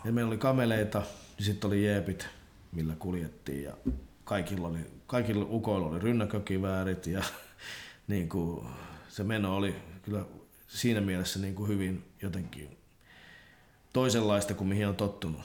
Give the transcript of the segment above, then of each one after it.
Ja meillä oli kameleita ja sitten oli jeepit, millä kuljettiin. Ja kaikilla ukoilla oli rynnäkkökiväärit ja niin kuin, se meno oli kyllä siinä mielessä niin kuin hyvin jotenkin toisenlaista kuin mihin on tottunut.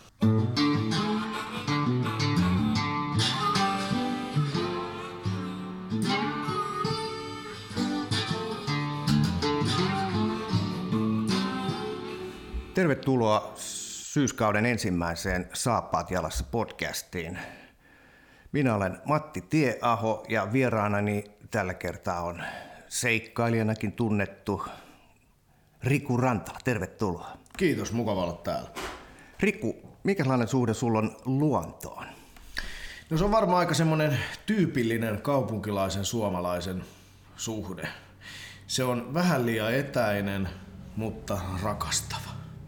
Tervetuloa syyskauden ensimmäiseen Saappaat jalassa podcastiin. Minä olen Matti Tieaho ja vieraanani tällä kertaa on seikkailijanakin tunnettu Riku Rantala. Tervetuloa. Kiitos, mukava olla täällä. Riku, minkälainen suhde sulla on luontoon? No se on varmaan aika semmoinen tyypillinen kaupunkilaisen suomalaisen suhde. Se on vähän liian etäinen, mutta rakastava.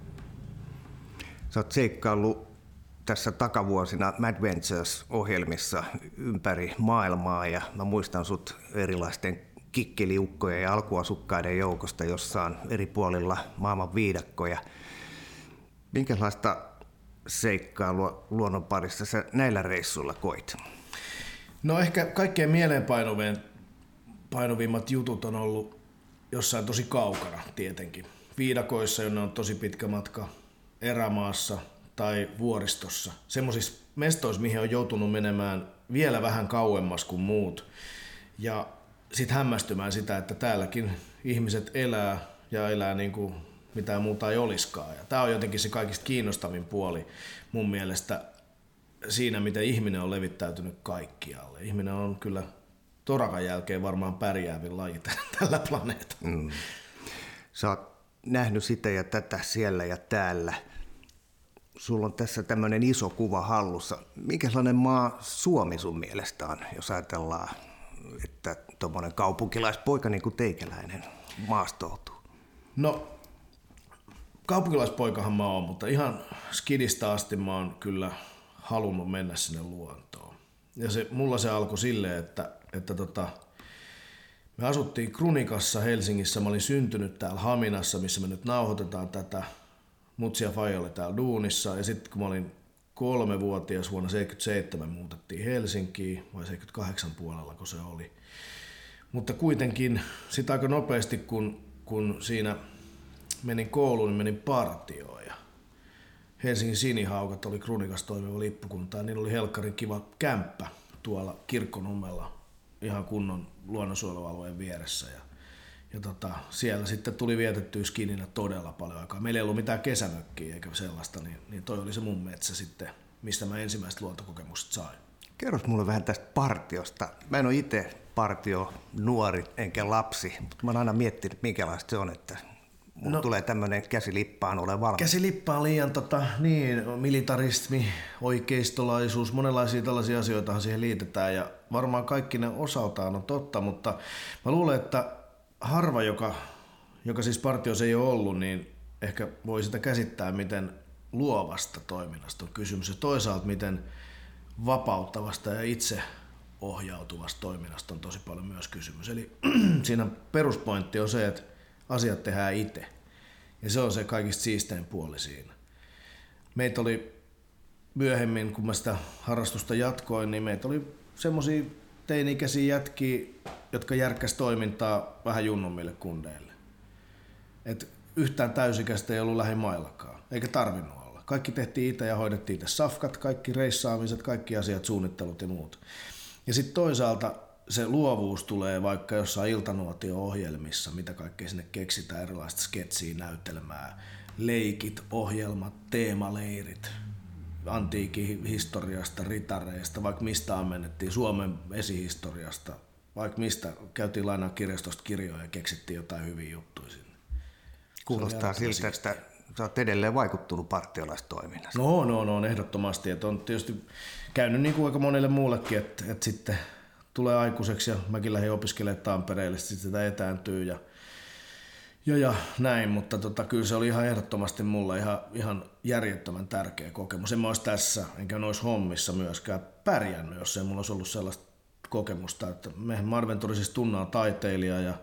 Sä oot seikkaillut tässä takavuosina Madventures-ohjelmissa ympäri maailmaa ja mä muistan sut erilaisten kikkeliukkojen ja alkuasukkaiden joukosta, jossa on eri puolilla maailman viidakkoja. Minkälaista seikkailua luonnon parissa sä näillä reissuilla koit? No ehkä kaikkein mieleenpainuvimmat jutut on ollut jossain tosi kaukana tietenkin. Viidakoissa, jonne on tosi pitkä matka, erämaassa tai vuoristossa. Semmoisissa mestoissa, mihin on joutunut menemään vielä vähän kauemmas kuin muut. Ja sitten hämmästymään sitä, että täälläkin ihmiset elää niin kuin mitään muuta ei olisikaan. Ja tämä on jotenkin se kaikista kiinnostavin puoli mun mielestä siinä, miten ihminen on levittäytynyt kaikkialle. Ihminen on kyllä torakan jälkeen varmaan pärjäävin laji tällä planeetalla. Mm. Sä oot nähnyt sitä ja tätä siellä ja täällä. Sulla on tässä tämmöinen iso kuva hallussa. Minkälainen maa Suomi sun mielestä on, jos ajatellaan, että tuommoinen kaupunkilaispoika niin kuin teikäläinen maastoutuu? No, kaupunkilaispoikahan mä oon, mutta ihan skidistä asti mä oon kyllä halunnut mennä sinne luontoon. Ja mulla se alkoi silleen, että me asuttiin Krunikassa Helsingissä. Mä olin syntynyt täällä Haminassa, missä me nyt nauhoitetaan tätä. Mutsi ja faija oli täällä duunissa. Ja sitten kun mä olin 3-vuotias vuonna 1977 muutettiin Helsinkiin, vai 78 puolella kun se oli. Mutta kuitenkin sitten aika nopeasti kun siinä menin kouluun, niin menin partioon. Ja Helsingin Sinihaukat oli Krunikassa toimiva lippukunta ja niillä oli helkkarin kiva kämppä tuolla Kirkkonummella ihan kunnon luonnonsuojelualueen vieressä. Ja siellä sitten tuli vietettyä skininä todella paljon aikaa. Meillä ei ollut mitään kesämökkiä eikä sellaista, niin toi oli se mun metsä sitten, mistä mä ensimmäiset luontokokemukset sain. Kerros mulle vähän tästä partiosta. Mä en ole itse partio nuori enkä lapsi, mutta mä oon aina miettinyt, minkälaista se on, että mulla tulee tämmöinen käsilippaan ole valmis. Käsilippaan liian militarismi, oikeistolaisuus, monenlaisia tällaisia asioitahan siihen liitetään ja varmaan kaikki ne osaltaan on totta, mutta mä luulen, että harva, joka siis partiossa ei ole ollut, niin ehkä voi sitä käsittää, miten luovasta toiminnasta on kysymys ja toisaalta miten vapauttavasta ja itseohjautuvasta toiminnasta on tosi paljon myös kysymys. Eli siinä peruspointti on se, että asiat tehdään itse ja se on se kaikista siistein puoli siinä. Meitä oli myöhemmin, kun mä sitä harrastusta jatkoin, niin meitä oli semmosia teini-ikäisiä jätkiä, jotka järkkäs toimintaa vähän junnummille kundeille. Et yhtään täysikäistä ei ollut lähimaillakaan, eikä tarvinnut olla. Kaikki tehtiin itse ja hoidettiin itse safkat, kaikki reissaamiset, kaikki asiat, suunnittelut ja muut. Ja sitten toisaalta se luovuus tulee vaikka jossain iltanuotio-ohjelmissa, mitä kaikkea sinne keksitään, erilaista sketsiä, näytelmää, leikit, ohjelmat, teemaleirit, antiikin historiasta, ritareista, vaikka mistä ammennettiin, Suomen esihistoriasta, vaikka mistä käytiin lainaa kirjastosta kirjoja ja keksittiin jotain hyviä juttuja sinne. Kuulostaa siltä, että sä oot edelleen vaikuttunut partiolaistoiminnasta. No, ehdottomasti. Et on tietysti käynyt niin kuin aika monelle muullekin, että sitten tulee aikuiseksi ja mäkin lähdin opiskelemaan Tampereelle, sitten sitä etääntyy ja näin, mutta kyllä se oli ihan ehdottomasti mulle ihan järjettömän tärkeä kokemus. En mä olisi tässä, enkä noissa hommissa myöskään pärjännyt, jos ei mulla olisi ollut sellaista kokemusta, että Marventuri siis Tunna on taiteilija ja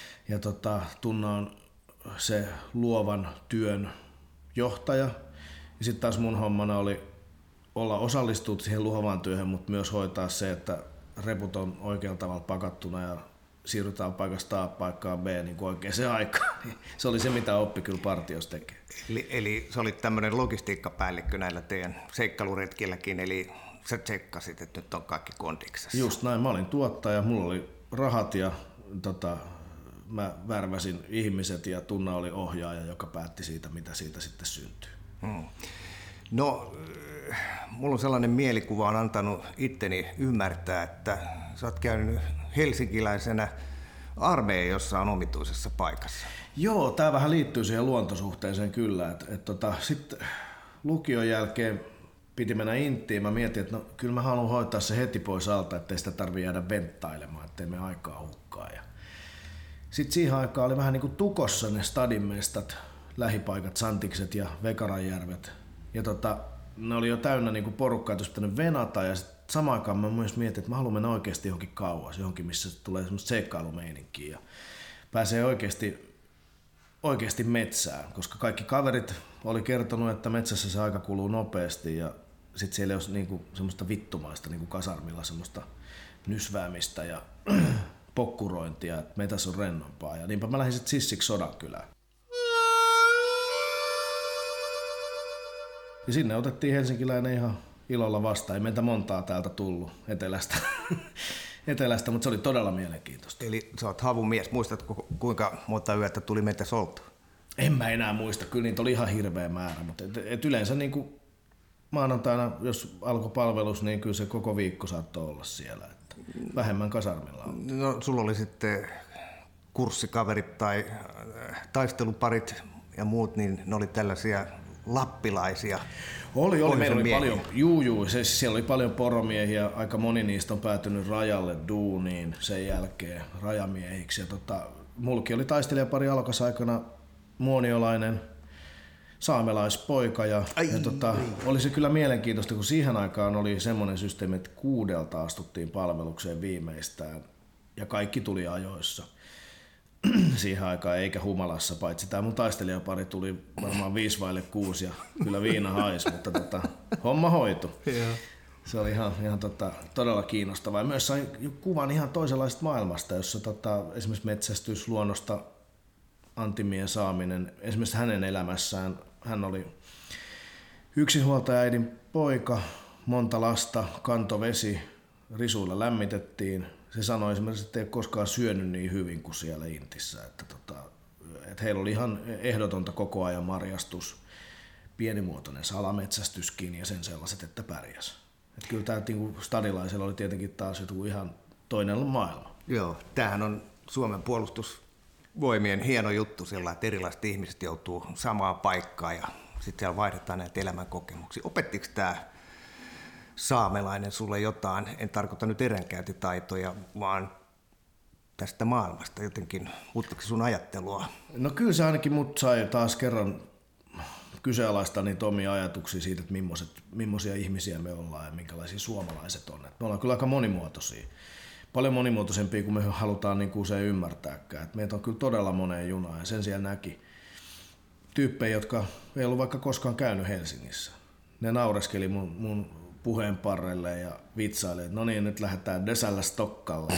Tunna on se luovan työn johtaja Ja sitten taas mun hommana oli olla osallistunut siihen luovaan työhön, mutta myös hoitaa se, että reput on oikealla tavalla pakattuna ja siirrytään paikasta A paikkaan B niin kuin oikeaan aikaan. Se oli se, mitä oppi kyllä partiossa tekee. Eli sä olit tämmöinen logistiikkapäällikkö näillä teidän seikkailuretkilläkin, eli sä tsekkasit, että nyt on kaikki kondiksessa. Just näin, mä olin tuottaja, mulla oli rahat ja mä värväsin ihmiset ja Tunna oli ohjaaja, joka päätti siitä, mitä siitä sitten syntyy. No, mulla on sellainen mielikuva on antanut itteni ymmärtää, että sä oot käynyt helsinkiläisenä armeijan jossain omituisessa paikassa. Joo, tää vähän liittyy siihen luontosuhteeseen kyllä. Sitten lukion jälkeen piti mennä Inttiin. Mä mietin, että no, kyllä mä haluan hoitaa se heti pois alta, ettei sitä tarvitse jäädä venttailemaan, ettei me aikaa hukkaa. Sitten siihen aikaan oli vähän niin kuin tukossa ne stadinmestat, lähipaikat, Santikset ja Vekaranjärvet. Ja ne oli jo täynnä niin kuin porukkaa, että olisi pitänyt venata. Ja samaan aikaan mä myös mietin, että mä haluan mennä oikeasti johonkin kauas, johonkin missä tulee semmoista seikkailumeininkiä. Ja pääsee oikeasti metsään, koska kaikki kaverit oli kertonut, että metsässä se aika kuluu nopeasti ja sitten siellä ei ole niinku semmoista vittumaista niinku kasarmilla semmoista nysväämistä ja pokkurointia, että metässä on rennompaa. Ja niinpä mä lähdin sitten sissiksi Sodankylään. Ja sinne otettiin helsinkiläinen ihan ilolla vastaan. Ei meitä montaa täältä tullut etelästä, mutta se oli todella mielenkiintoista. Eli sä oot havun mies. Muistatko, kuinka monta yötä tuli meitä soltua? En mä enää muista. Kyllä niitä oli ihan hirveä määrä, mutta yleensä niin kuin maanantaina, jos alkoi palvelus, niin kyllä se koko viikko saattoi olla siellä. Että vähemmän kasarmilla on. No, sulla oli sitten kurssikaverit tai taisteluparit ja muut, niin ne oli tällaisia lappilaisia. Oli. Meillä oli paljon, siellä oli paljon poromiehiä, aika moni niistä on päätynyt rajalle duuniin sen jälkeen rajamiehiksi. Mulki oli taistelijapari alkasaikana muoniolainen saamelaispoika oli se kyllä mielenkiintoista, kun siihen aikaan oli semmoinen systeemi, että 6 astuttiin palvelukseen viimeistään ja kaikki tuli ajoissa. Siihen aikaan eikä humalassa, paitsi tämä mun taistelijapari tuli varmaan 5 ja kyllä viina haisi, mutta homma hoitui. Se oli ihan todella kiinnostavaa. Ja myös sai kuvan ihan toisenlaisesta maailmasta, jossa esimerkiksi metsästys, luonnosta antimien saaminen, esimerkiksi hänen elämässään, hän oli yksinhuoltajaäidin poika, monta lasta, kantovesi, risuilla lämmitettiin. Se sanoi esimerkiksi, että ei ole koskaan syönyt niin hyvin kuin siellä Intissä. Että heillä oli ihan ehdotonta koko ajan marjastus, pienimuotoinen salametsästyskin ja sen sellaiset, että pärjäs. Että kyllä tämä stadilaisella oli tietenkin taas joku ihan toinen maailma. Joo, tämähän on Suomen puolustusvoimien hieno juttu sillä, että erilaiset ihmiset joutuu samaan paikkaan ja sitten siellä vaihdetaan näitä elämänkokemuksia. Opettiko tämä saamelainen sulle jotain, en tarkoita nyt eränkäyntitaitoja, vaan tästä maailmasta jotenkin, muuttaako sun ajattelua? No kyllä se ainakin mut sai taas kerran kyseenalaistaa niitä omia ajatuksia siitä, että millaisia ihmisiä me ollaan ja minkälaisia suomalaiset on. Me ollaan kyllä aika monimuotoisia. Paljon monimuotoisempia kuin me halutaan niin kuin usein ymmärtääkään. Et meitä on kyllä todella moneen junaan ja sen siellä näki tyyppejä, jotka ei ollut vaikka koskaan käynyt Helsingissä. Ne naureskeli mun puheen parrelle ja vitsailee, että no niin, nyt lähdetään Dösällä Stokkalle.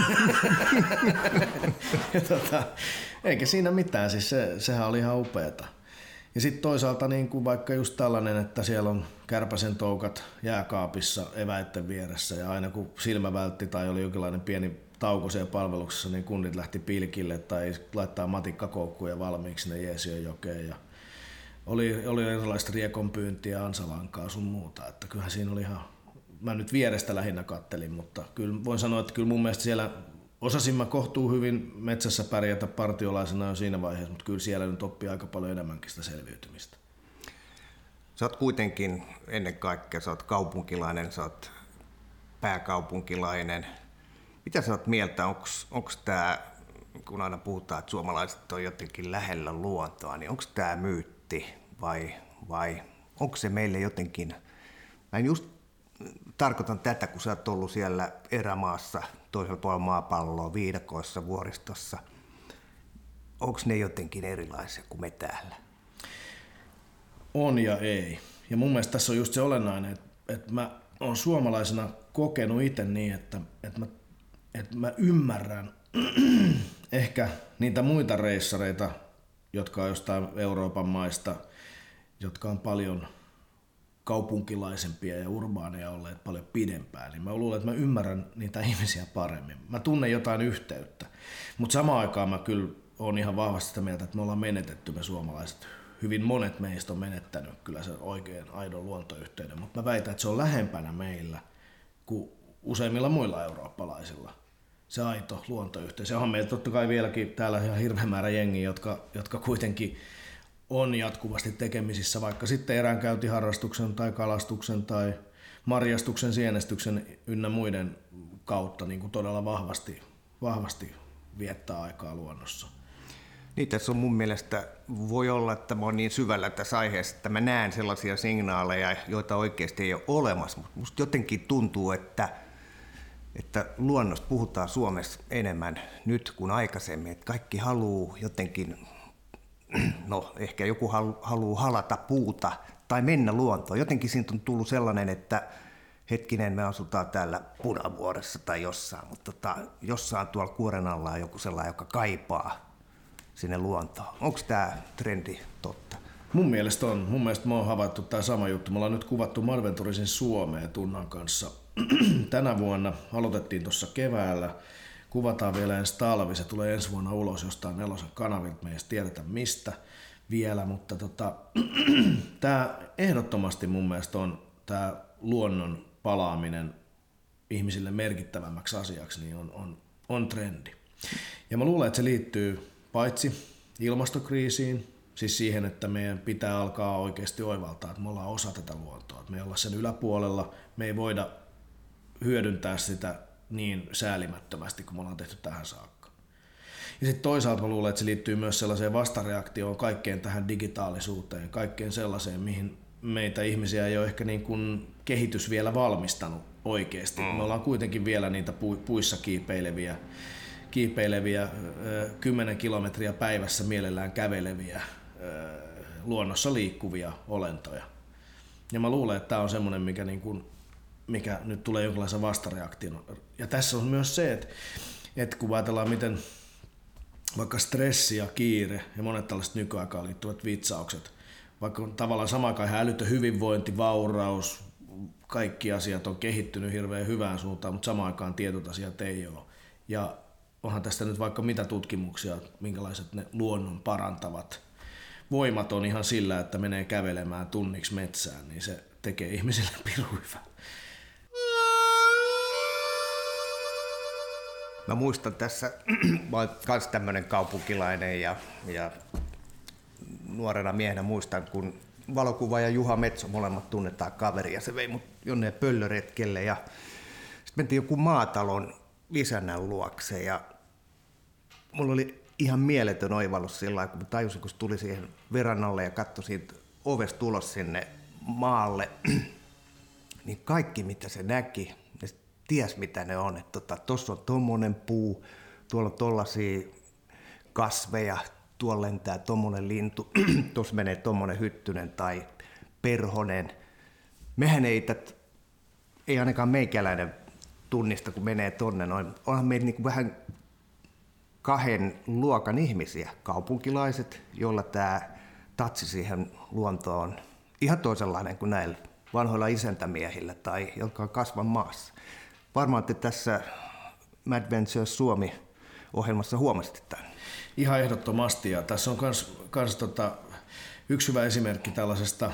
Eikä siinä mitään, siis sehän oli ihan upeata. Ja sitten toisaalta niin kuin vaikka just tällainen, että siellä on kärpäsen toukat jääkaapissa eväitten vieressä ja aina kun silmä vältti tai oli jonkinlainen pieni tauko siellä palveluksessa, niin kundit lähti pilkille tai laittaa matikkakoukkuja valmiiksi sinne Jeesion jokeen. Ja oli erilaista riekonpyyntiä, ansalankaa sun muuta, että kyllähän siinä oli ihan, mä nyt vierestä lähinnä kattelin, mutta kyllä voin sanoa, että kyllä mun mielestä siellä osasin mä kohtuu hyvin metsässä pärjätä partiolaisena jo siinä vaiheessa, mutta kyllä siellä nyt oppii aika paljon enemmänkin sitä selviytymistä. Sä oot kuitenkin ennen kaikkea, sä oot kaupunkilainen, sä oot pääkaupunkilainen. Mitä sä oot mieltä, onko tämä, kun aina puhutaan, että suomalaiset on jotenkin lähellä luontoa, niin onko tämä myytti vai onko se meille jotenkin, mä en just tarkoitan tätä, kun sä oot ollut siellä erämaassa, toisella puolella maapalloa, viidakoissa, vuoristossa. Onko ne jotenkin erilaisia kuin me täällä? On ja ei. Ja mun mielestä tässä on just se olennainen, että mä oon suomalaisena kokenut itse niin, että mä ymmärrän ehkä niitä muita reissareita, jotka on jostain Euroopan maista, jotka on paljon kaupunkilaisempia ja urbaaneja olleet paljon pidempään, niin mä luulen, että mä ymmärrän niitä ihmisiä paremmin. Mä tunnen jotain yhteyttä, mutta samaan aikaan mä kyllä oon ihan vahvasti sitä mieltä, että me ollaan menetetty me suomalaiset. Hyvin monet meistä on menettänyt kyllä sen oikein aidon luontoyhteyden, mutta mä väitän, että se on lähempänä meillä kuin useimmilla muilla eurooppalaisilla. Se aito luontoyhteys. Ja onhan meillä totta kai vieläkin täällä ihan hirveä määrä jengiä, jotka kuitenkin on jatkuvasti tekemisissä vaikka sitten eränkäyntiharrastuksen tai kalastuksen tai marjastuksen, sienestyksen ynnä muiden kautta niin kuin todella vahvasti viettää aikaa luonnossa. Niin, tässä on mun mielestä, voi olla, että mä oon niin syvällä tässä aiheessa, että mä näen sellaisia signaaleja, joita oikeasti ei ole olemassa, mutta musta jotenkin tuntuu, että luonnosta puhutaan Suomessa enemmän nyt kuin aikaisemmin, että kaikki haluaa jotenkin, no ehkä joku haluaa halata puuta tai mennä luontoon. Jotenkin siitä on tullut sellainen, että hetkinen, me asutaan täällä Punavuoressa tai jossain, mutta jossain tuolla kuoren alla on joku sellainen, joka kaipaa sinne luontoon. Onko tämä trendi totta? Mun mielestä on. Mun mielestä me on havaittu tämä sama juttu. Me ollaan nyt kuvattu Marventurisin Suomea Tunnan kanssa. Tänä vuonna aloitettiin tuossa keväällä. Kuvataan vielä ensi talvi. Se tulee ensi vuonna ulos jostain Nelosen kanavilta. Me ei edes tiedetä mistä vielä, mutta tämä ehdottomasti mun mielestä on tämä luonnon palaaminen ihmisille merkittävämmäksi asiaksi, niin on trendi. Ja mä luulen, että se liittyy paitsi ilmastokriisiin, siis siihen, että meidän pitää alkaa oikeasti oivaltaa, että me ollaan osa tätä luontoa. Että me ei olla sen yläpuolella, me ei voida hyödyntää sitä niin säälimättömästi kuin me ollaan tehty tähän saakka. Ja sitten toisaalta mä luulen, että se liittyy myös sellaiseen vastareaktioon kaikkeen tähän digitaalisuuteen, kaikkeen sellaiseen, mihin meitä ihmisiä ei ole ehkä niin kuin kehitys vielä valmistanut oikeasti. Me ollaan kuitenkin vielä niitä puissa kiipeileviä 10 kilometriä päivässä mielellään käveleviä, luonnossa liikkuvia olentoja. Ja mä luulen, että tämä on semmoinen, mikä nyt tulee jonkinlaisen vastareaktion. Ja tässä on myös se, että kun ajatellaan, miten vaikka stressi ja kiire ja monet tällaiset nykyaikaan liittyvät vitsaukset, vaikka tavallaan samaan aikaan älytön hyvinvointi, vauraus, kaikki asiat on kehittynyt hirveän hyvään suuntaan, mutta samaan aikaan tietyt asiat ei ole. Ja onhan tästä nyt vaikka mitä tutkimuksia, minkälaiset ne luonnon parantavat voimat on ihan sillä, että menee kävelemään tunniksi metsään, niin se tekee ihmisille pirun hyvää. Mä muistan tässä, mä oon kans tämmönen kaupunkilainen ja nuorena miehenä muistan, kun valokuvaaja Juha Metso, molemmat tunnetaan kaveria, se vei mut jonneen pöllöretkelle ja sitten mentiin joku maatalon isännän luokse ja mulla oli ihan mieletön oivallus sillä kun tajusin, kun tuli siihen verannalle ja katsoi siitä ovesta tulos sinne maalle, niin kaikki mitä se näki, ne ties mitä ne on, että tuossa on tommonen puu, tuolla on tollaisia kasveja, tuolla lentää tommonen lintu, tuossa menee tommonen hyttynen tai perhonen. Mehän ei ainakaan meikäläinen tunnista, kun menee tonne noin. Onhan meitä niin kuin vähän kahden luokan ihmisiä, kaupunkilaiset, joilla tämä tatsi siihen luontoon on ihan toisenlainen kuin näillä vanhoilla isäntämiehillä tai jotka on kasvan maassa. Varmaan te tässä Mad Ventures Suomi-ohjelmassa huomasitte tämän. Ihan ehdottomasti, ja tässä on kans yksi hyvä esimerkki tällaisesta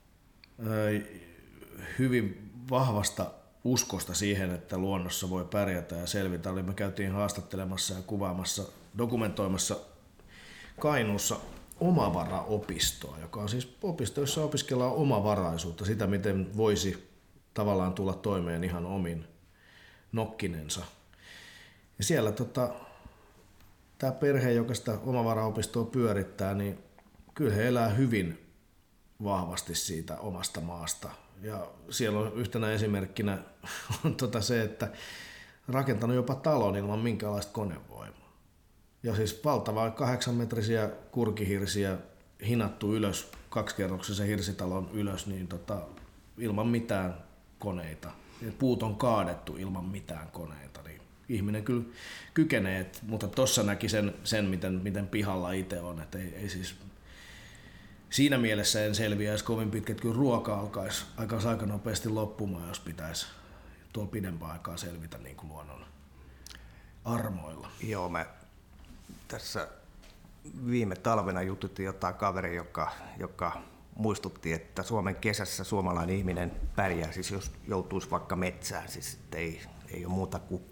hyvin vahvasta uskosta siihen, että luonnossa voi pärjätä ja selvitä. Me käytiin haastattelemassa ja kuvaamassa, dokumentoimassa Kainuussa omavaraopistoa, joka on siis opisto, jossa opiskellaan omavaraisuutta, sitä miten voisi tavallaan tulla toimeen ihan omin nokkinensa. Ja siellä tämä perhe, joka sitä omavaraopistoa pyörittää, niin kyllä he elää hyvin vahvasti siitä omasta maasta. Ja siellä on yhtenä esimerkkinä on se, että rakentanut jopa talon ilman minkäänlaista konevoimaa. Ja siis valtavaa 8-metrisiä kurkihirsiä hinattu ylös kaksikerroksisen hirsitalon ylös, niin ilman mitään koneita. Puut on kaadettu ilman mitään koneita, niin ihminen kyllä kykenee, mutta tuossa näki sen miten pihalla itse on, että ei siis siinä mielessä en selviäisi kovin pitkä, että kyllä ruoka alkaisi aika nopeasti loppumaan, jos pitäisi tuolla pidempään aikaa selvitä niin kuin luonnon armoilla. Joo, mä tässä viime talvena jututin jotain kaveri, joka muistutti, että Suomen kesässä suomalainen ihminen pärjää, siis jos joutuisi vaikka metsään, siis ei ole muuta kuin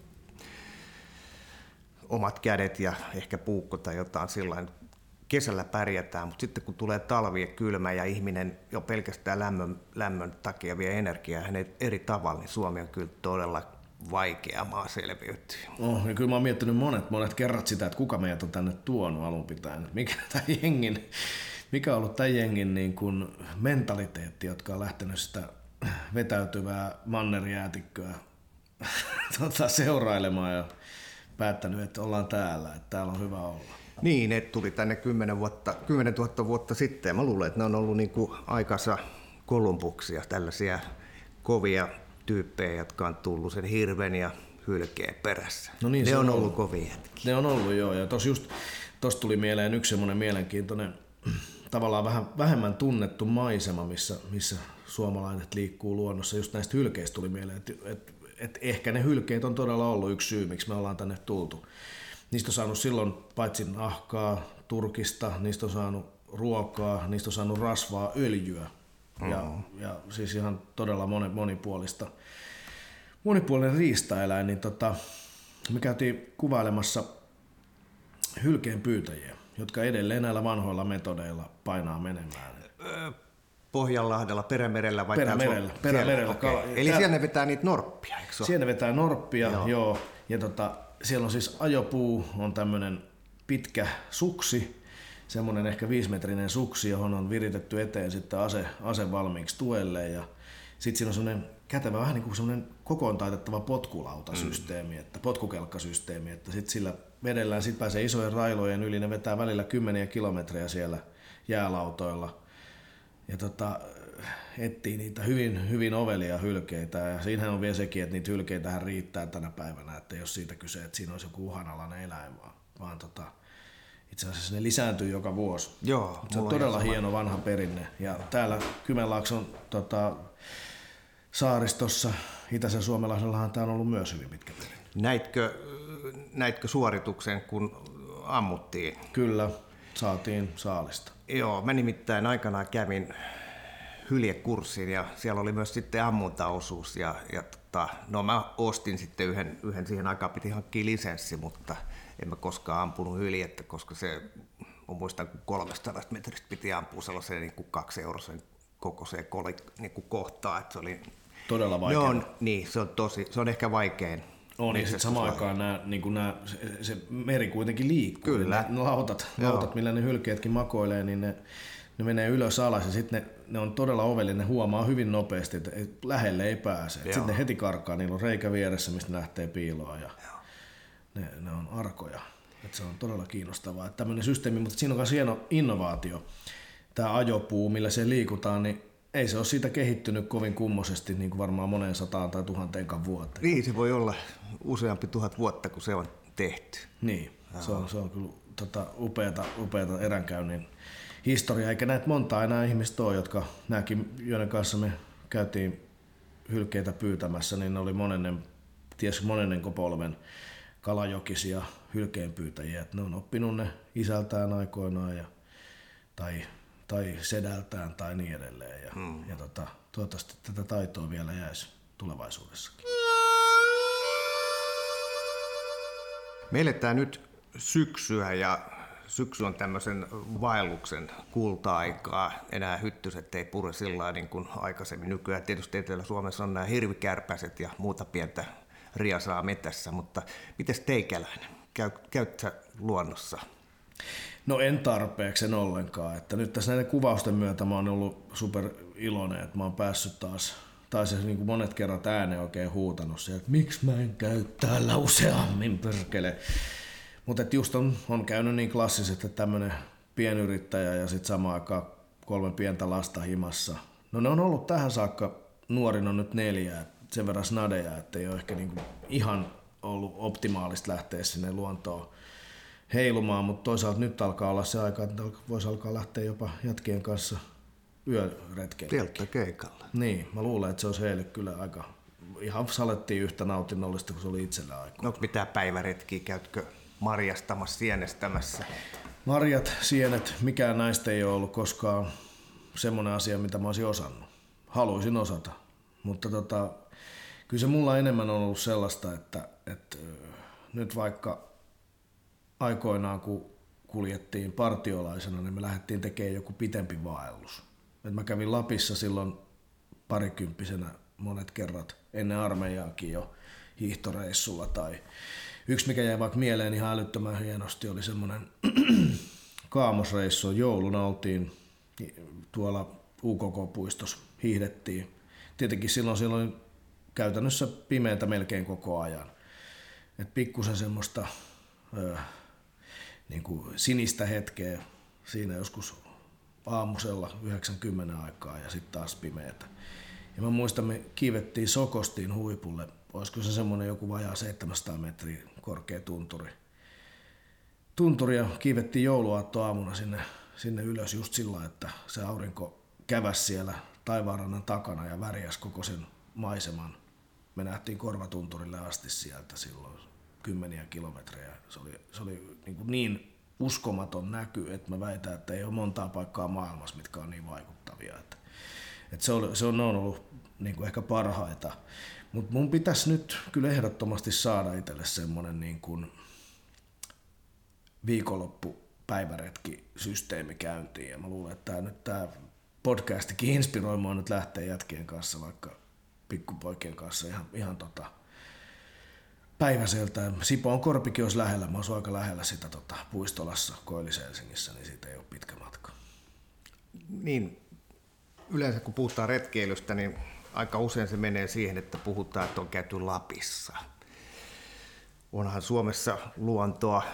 omat kädet ja ehkä puukko tai jotain sillain. Kesällä pärjätään, mutta sitten kun tulee talvi ja kylmä ja ihminen jo pelkästään lämmön takia vie energiaa hänen eri tavalla, niin Suomi on kyllä todella vaikea maa selviytyä. Ja kyllä mä oon miettinyt monet kerrat sitä, että kuka meidät on tänne tuonut alun pitäen. Mikä on ollut tämän jengin niin kuin mentaliteetti, jotka on lähtenyt sitä vetäytyvää mannerjäätikköä seurailemaan ja päättänyt, että ollaan täällä, että täällä on hyvä olla. Niin, ne tuli tänne 10 000 vuotta sitten ja mä luulen, että ne on ollut niin kuin aikansa Kolumbuksia, tällaisia kovia tyyppejä, jotka on tullut sen hirven ja hylkeen perässä. No niin, ne on ollut kovia jätkiä. Ne on ollut joo, ja tossa tuli mieleen yksi semmoinen mielenkiintoinen, tavallaan vähän vähemmän tunnettu maisema, missä suomalaiset liikkuu luonnossa. Just näistä hylkeistä tuli mieleen, että ehkä ne hylkeet on todella ollut yksi syy, miksi me ollaan tänne tultu. Niistä on saanut silloin paitsi nahkaa, turkista, niistä on saanut ruokaa, niistä on saanut rasvaa, öljyä. Ja siis ihan todella monipuolinen riistaeläin. Niin me käytiin kuvailemassa hylkeen pyytäjiä, jotka edelleen näillä vanhoilla metodeilla painaa menemään. Pohjanlahdella, Perämerellä vai Perämerellä. Okay. Eli siellä ne vetää niitä norppia, eikö se ole? Siellä ne vetää norppia, joo. Ja siellä on siis ajopuu, on tämmöinen pitkä suksi, semmoinen ehkä 5-metrinen suksi, johon on viritetty eteen sitten ase valmiiksi tuelle. Ja sitten siinä on semmoinen kätevä, vähän niin kuin semmoinen kokoon taitettava potkulautasysteemi, potkukelkkasysteemi, että sitten sillä vedellään, sitten pääsee isojen railojen yli, ne vetää välillä 10 kilometriä siellä jäälautoilla. Ja etsii niitä hyvin, hyvin ovelia hylkeitä, ja siinähän on vielä sekin, että niitä hylkeitähän riittää tänä päivänä, että jos siitä kyse, että siinä olisi joku uhanalainen eläin, vaan itse asiassa ne lisääntyy joka vuosi. Joo, se on todella hieno vanha perinne, ja täällä Kymenlaakson saaristossa, Itäisen Suomelahdellahan tämä on ollut myös hyvin pitkä perinne. Näitkö suorituksen, kun ammuttiin? Kyllä, saatiin saalista. Joo, mä nimittäin aikanaan kävin hyljekurssin ja siellä oli myös sitten ammuntaosuus no mä ostin sitten yhden siihen aikaan piti hankkia lisenssi, mutta en mä koskaan ampunut hyljettä, koska se, mä muistan kun 300 metristä piti ampua sellaiseen niin kuin 2 eurosen kokoiseen niin kuin kohtaan, että se oli todella vaikea. Niin, se on ehkä vaikein. On, ja sitten samaan aikaan se meri kuitenkin liikkuu. Kyllä. Ne lautat, millä ne hylkeetkin makoilee, niin ne menee ylös alas ja sitten ne on todella ovellinen, ne huomaa hyvin nopeasti, että lähelle ei pääse. Sitten ne heti karkaa, niillä on reikä vieressä, mistä lähtee piiloon ja ne on arkoja. Et se on todella kiinnostavaa. Että tämmöinen systeemi, mutta siinä on myös hieno innovaatio. Tämä ajopuu, millä se liikutaan, niin ei se ole siitä kehittynyt kovin kummoisesti, niin kuin varmaan moneen 100 tai 1000 vuoteen. Niin, se voi olla useampi 1000 vuotta, kun se on tehty. Niin, se on kyllä upeata eränkäynnin historia, eikä näitä montaa enää ihmistä ole, joiden kanssa me käytiin hylkeitä pyytämässä, niin ne oli monennen polven kalajokisia hylkeenpyytäjiä. Ne on oppinut ne isältään aikoinaan tai sedältään tai niin edelleen. Ja toivottavasti tätä taitoa vielä jäisi tulevaisuudessakin. Me eletään nyt syksyä ja syksy on tämmöisen vaelluksen kulta-aikaa. Enää hyttyset ei pure sillä niin kuin aikaisemmin. Nykyään tietysti Etelä-Suomessa on nämä hirvikärpäset ja muuta pientä riasaa metässä, mutta mites teikäläinen? Käyt sä luonnossa? No en tarpeeksi, en ollenkaan. Että nyt tässä näiden kuvausten myötä mä oon ollut super iloinen, että mä oon päässyt taas se niin kuin monet kerrat ääneen oikein huutanut sieltä, että miksi mä en käy täällä useammin, perkele. Mutta just on käynyt niin klassiset, että tämmöinen pienyrittäjä ja sitten samaan aikaan 3 pientä lasta himassa. No ne on ollut tähän saakka, nuorin on nyt 4, sen verran snadeja, että ei ole ehkä niinku ihan ollut optimaalista lähteä sinne luontoon heilumaan, mutta toisaalta nyt alkaa olla se aika, että voisi alkaa lähteä jopa jatkien kanssa yöretkeille. Telttakeikalla. Niin, mä luulen, että se olisi heille kyllä aika ihan salettiin yhtä nautinnollista kuin se oli itsellä aikaa. Onko mitään päiväretkiä, käytkö marjastamassa, sienestämässä? Marjat, sienet, mikään näistä ei ole ollut koskaan semmoinen asia, mitä mä olisin osannut. Haluaisin osata, mutta kyllä se mulla enemmän on ollut sellaista, että nyt vaikka aikoinaan kun kuljettiin partiolaisena, niin me lähdettiin tekemään joku pitempi vaellus. Et mä kävin Lapissa silloin parikymppisenä monet kerrat ennen armeijaakin jo hiihtoreissulla. Tai yksi, mikä jäi vaikka mieleen ihan älyttömän hienosti, oli semmoinen kaamosreissu. Jouluna oltiin tuolla UKK-puistossa, hiihdettiin. Tietenkin silloin oli käytännössä pimeätä melkein koko ajan. Et pikkusen semmoista niin kuin sinistä hetkeä siinä joskus aamusella 90 aikaa ja sitten taas pimeätä. Ja mä muistan, me kiivettiin Sokostiin huipulle, olisiko se semmoinen joku vajaa 700 metriä korkea tunturi ja kiivettiin jouluaattoaamuna sinne ylös just sillä, että se aurinko käväsi siellä taivaanrannan takana ja värjäsi koko sen maiseman. Me nähtiin Korvatunturille asti sieltä silloin 10 kilometrejä. Se oli niin uskomaton näky, että mä väitän, että ei ole montaa paikkaa maailmassa, mitkä on niin vaikuttavia. Että se on ollut niin kuin ehkä parhaita. Mutta mun pitäisi nyt kyllä ehdottomasti saada itselle semmoinen niin kuin viikonloppupäiväretki-systeemi käyntiin. Ja mä luulen, että tämä podcastikin inspiroi mua nyt lähteä jätkien kanssa, vaikka pikkupoikien kanssa ihan päiväseltä. Sipoon korpikin olisi lähellä. Mä olisin aika lähellä sitä Puistolassa, Koillis-Helsingissä, niin siitä ei ole pitkä matka. Niin, yleensä kun puhutaan retkeilystä, niin aika usein se menee siihen, että puhutaan, että on käyty Lapissa. Onhan Suomessa luontoa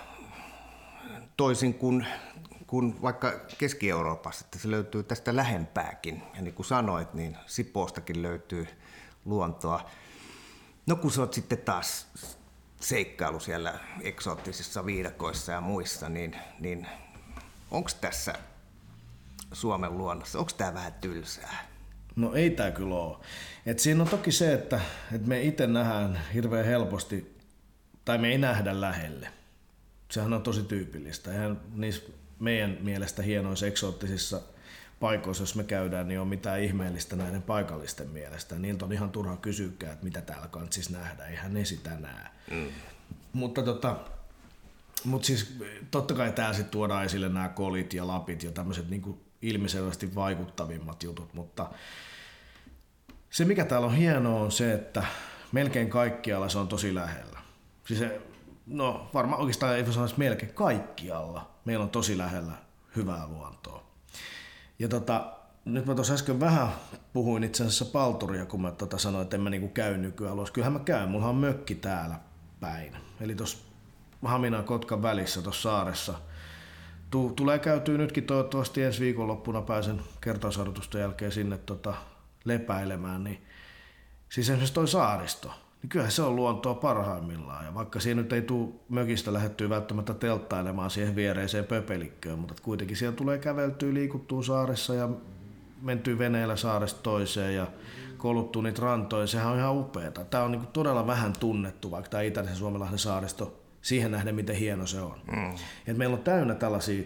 toisin kuin vaikka Keski-Euroopassa, että se löytyy tästä lähempääkin. Ja niin kuin sanoit, niin Sipoostakin löytyy luontoa. No kun sä oot sitten taas seikkailu siellä eksoottisissa viidakoissa ja muissa, niin onko tässä Suomen luonnossa, onko tämä vähän tylsää? No ei tämä kyllä ole. Et siinä on toki se, että me itse nähdään hirveän helposti, tai me ei nähdä lähelle. Sehän on tosi tyypillistä. Eihän niissä meidän mielestä hienoissa eksoottisissa paikoissa, jos me käydään, niin on mitään ihmeellistä näiden paikallisten mielestä. Niiltä on ihan turha kysyäkään, että mitä täällä kantsissa nähdä. Eihän ne sitä näe. Mutta siis totta kai täällä sitten tuodaan esille nämä kolit ja lapit ja tämmöiset niinku ilmiselvästi vaikuttavimmat jutut, mutta se mikä täällä on hienoa on se, että melkein kaikkialla se on tosi lähellä. Siis no varmaan oikeastaan ei voi sanoa melkein kaikkialla. Meillä on tosi lähellä hyvää luontoa. Ja nyt mä tuossa äsken vähän puhuin itse asiassa palturia, kun mä sanoin, että en mä niinku käy nykyalueessa. Kyllähän mä käyn, mulla on mökki täällä päin. Eli tuossa Haminan Kotkan välissä tuossa saaressa. Tulee käytyä nytkin toivottavasti ensi viikonloppuna pääsen kertausharjoitusten jälkeen sinne lepäilemään. Niin, siis esimerkiksi toi saaristo, niin kyllähän se on luontoa parhaimmillaan. Ja vaikka siinä nyt ei tule mökistä lähdettyä välttämättä telttailemaan siihen viereiseen pöpelikköön, mutta kuitenkin siellä tulee käveltyä, liikuttua saaressa ja mentyä veneellä saaresta toiseen ja koluttua niitä rantoja. Sehän on ihan upeeta. Tämä on niinku todella vähän tunnettu, vaikka tämä Itäisen Suomenlahden saaristo, siihen nähden, miten hieno se on. Et meillä on täynnä tällaisia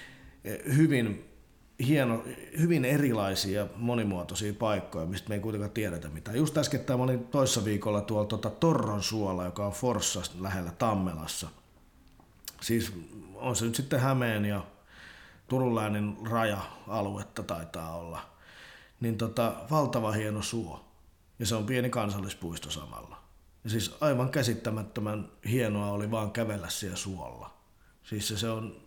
hyvin erilaisia ja monimuotoisia paikkoja, mistä me ei kuitenkaan tiedetä mitään. Just äskettäin mä olin toissa viikolla tuolla Torron suolla, joka on Forssassa lähellä Tammelassa. Siis on se nyt sitten Hämeen ja Turun läänin raja-aluetta taitaa olla. Niin valtava hieno suo. Ja se on pieni kansallispuisto samalla. Ja siis aivan käsittämättömän hienoa oli vaan kävellä siellä suolla. Siis se on...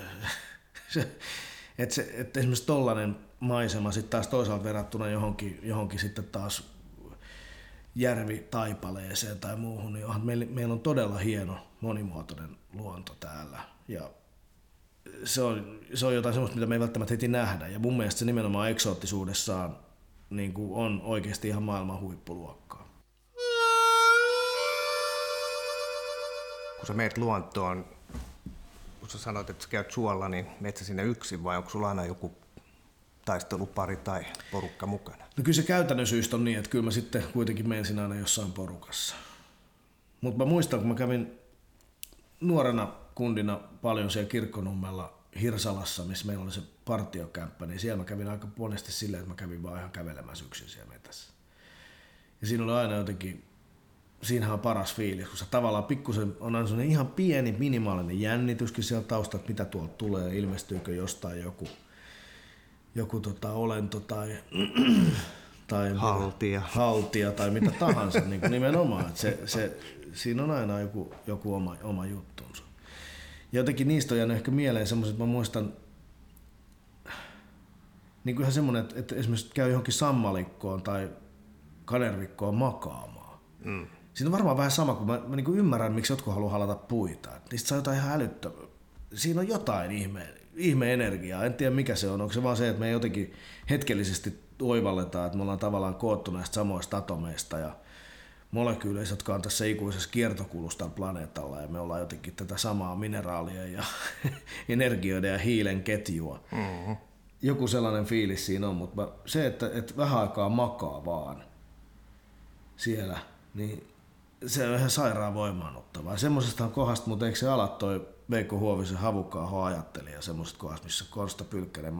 Että esimerkiksi tollainen maisema sitten taas toisaalta verrattuna johonkin sitten taas järvitaipaleeseen tai muuhun, niin meillä on todella hieno monimuotoinen luonto täällä. Ja se on jotain sellaista, mitä me ei välttämättä heti nähdä. Ja mun mielestä se nimenomaan eksoottisuudessaan niin kuin on oikeasti ihan maailman huippuluokkaa. Kun sä meet luontoon, kun sä sanoit, että sä käyt suolla, niin meet sä sinne yksin vai onko sulla aina joku taistelupari tai porukka mukana? No kyllä se käytännön syystä on niin, että kyllä mä sitten kuitenkin menen siinä aina jossain porukassa. Mutta mä muistan, kun mä kävin nuorena kundina paljon siellä Kirkkonummella Hirsalassa, missä meillä oli se partiokämppä, niin siellä mä kävin aika monesti silleen, että mä kävin vaan ihan kävelemässä yksin siellä metässä. Ja siinä oli aina jotenkin, siinähän on paras fiilis, kun sä tavallaan pikkusen on aina sellainen ihan pieni, minimaalinen jännityskin siellä taustalla, että mitä tuolta tulee, ilmestyykö jostain joku olento tai haltia tai mitä tahansa niin kuin nimenomaan. Että siinä on aina joku oma juttunsa. Ja jotenkin niistä on jäänyt ehkä mieleen semmoiset, että mä muistan niin kuin ihan semmoinen, että esimerkiksi käy johonkin sammalikkoon tai kanervikkoon makaamaan. Mm. Siinä on varmaan vähän sama, kun mä niin kuin ymmärrän, miksi jotkut haluaa halata puita. Että niistä saa jotain ihan älyttömää. Siinä on jotain ihme-energiaa. En tiedä mikä se on. Onko se vaan se, että me jotenkin hetkellisesti oivalletaan, että me ollaan tavallaan koottu näistä samoista atomeista ja molekyyleistä, jotka on tässä ikuisessa kiertokulussa tällä planeetalla, ja me ollaan jotenkin tätä samaa mineraalien ja energioiden ja hiilen ketjua. Mm-hmm. Joku sellainen fiilis siinä on, mutta se, että vähän aikaa makaa vaan siellä, niin se on ihan sairaan voimaanottavaa. Semmoisestahan kohdasta, mutta eikö se ala toi Veikko Huovisen Havukka-aho ajattelija semmoisesta kohdasta, missä Konsta Pylkkänen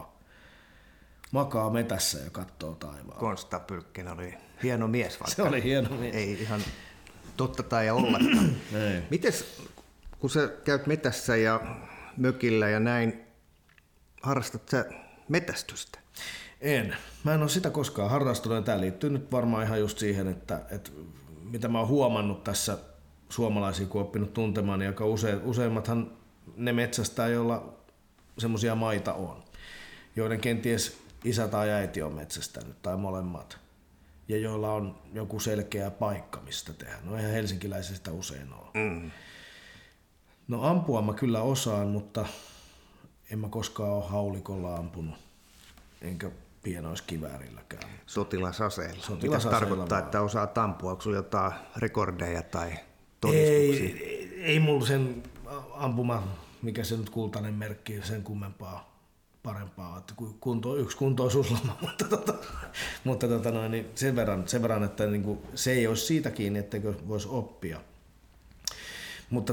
makaa metässä ja katsoo taivaan. Konsta Pylkkänen oli hieno mies vaikka. Se oli hieno mies. Ei ihan totta tai ollakaan. Mites, kun sä käyt metässä ja mökillä ja näin, harrastat sä metästystä? Mä en ole sitä koskaan harrastanut, ja tämä liittyy nyt varmaan ihan just siihen, että mitä mä oon huomannut tässä suomalaisia, kun oppinut tuntemaan, niin aika useimmathan ne metsästää, joilla semmoisia maita on, joiden kenties isä tai äiti on metsästänyt tai molemmat, ja joilla on joku selkeä paikka, mistä tehdä. No eihän helsinkiläisistä usein ole. Mm. No ampua mä kyllä osaan, mutta en mä koskaan ole haulikolla ampunut, enkä pienoiskiväärilläkään. Sotilasaseilla. Mitä tarkoittaa, että osaa ampua? Onko sulla jotain rekordeja tai todistuksia? Ei mulla sen ampuma, mikä se nyt kultainen merkki, sen kummempaa parempaa. Että yksi kuntoisuusloma, mutta niin sen verran, että niinku, se ei olisi siitä kiinni, etteikö voisi oppia. Mutta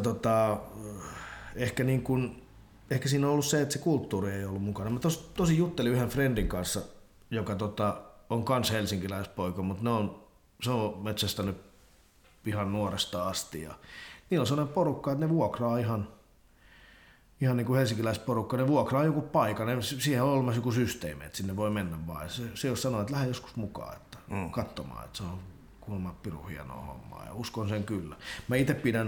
ehkä siinä on ollut se, että se kulttuuri ei ollut mukana. Mä tosi juttelin yhden friendin kanssa, joka on kans helsinkiläispoika, mutta se on metsästänyt ihan nuoresta asti. Ja niillä on sellainen porukka, että ne vuokraa ihan niin kuin helsinkiläisporukka, ne vuokraa joku paikan. Siihen on olemassa joku systeemi, että sinne voi mennä vaan. Se jos sanoo, että lähde joskus mukaan että katsomaan, että se on kuulemma pirun hienoa hommaa. Ja uskon sen kyllä. Mä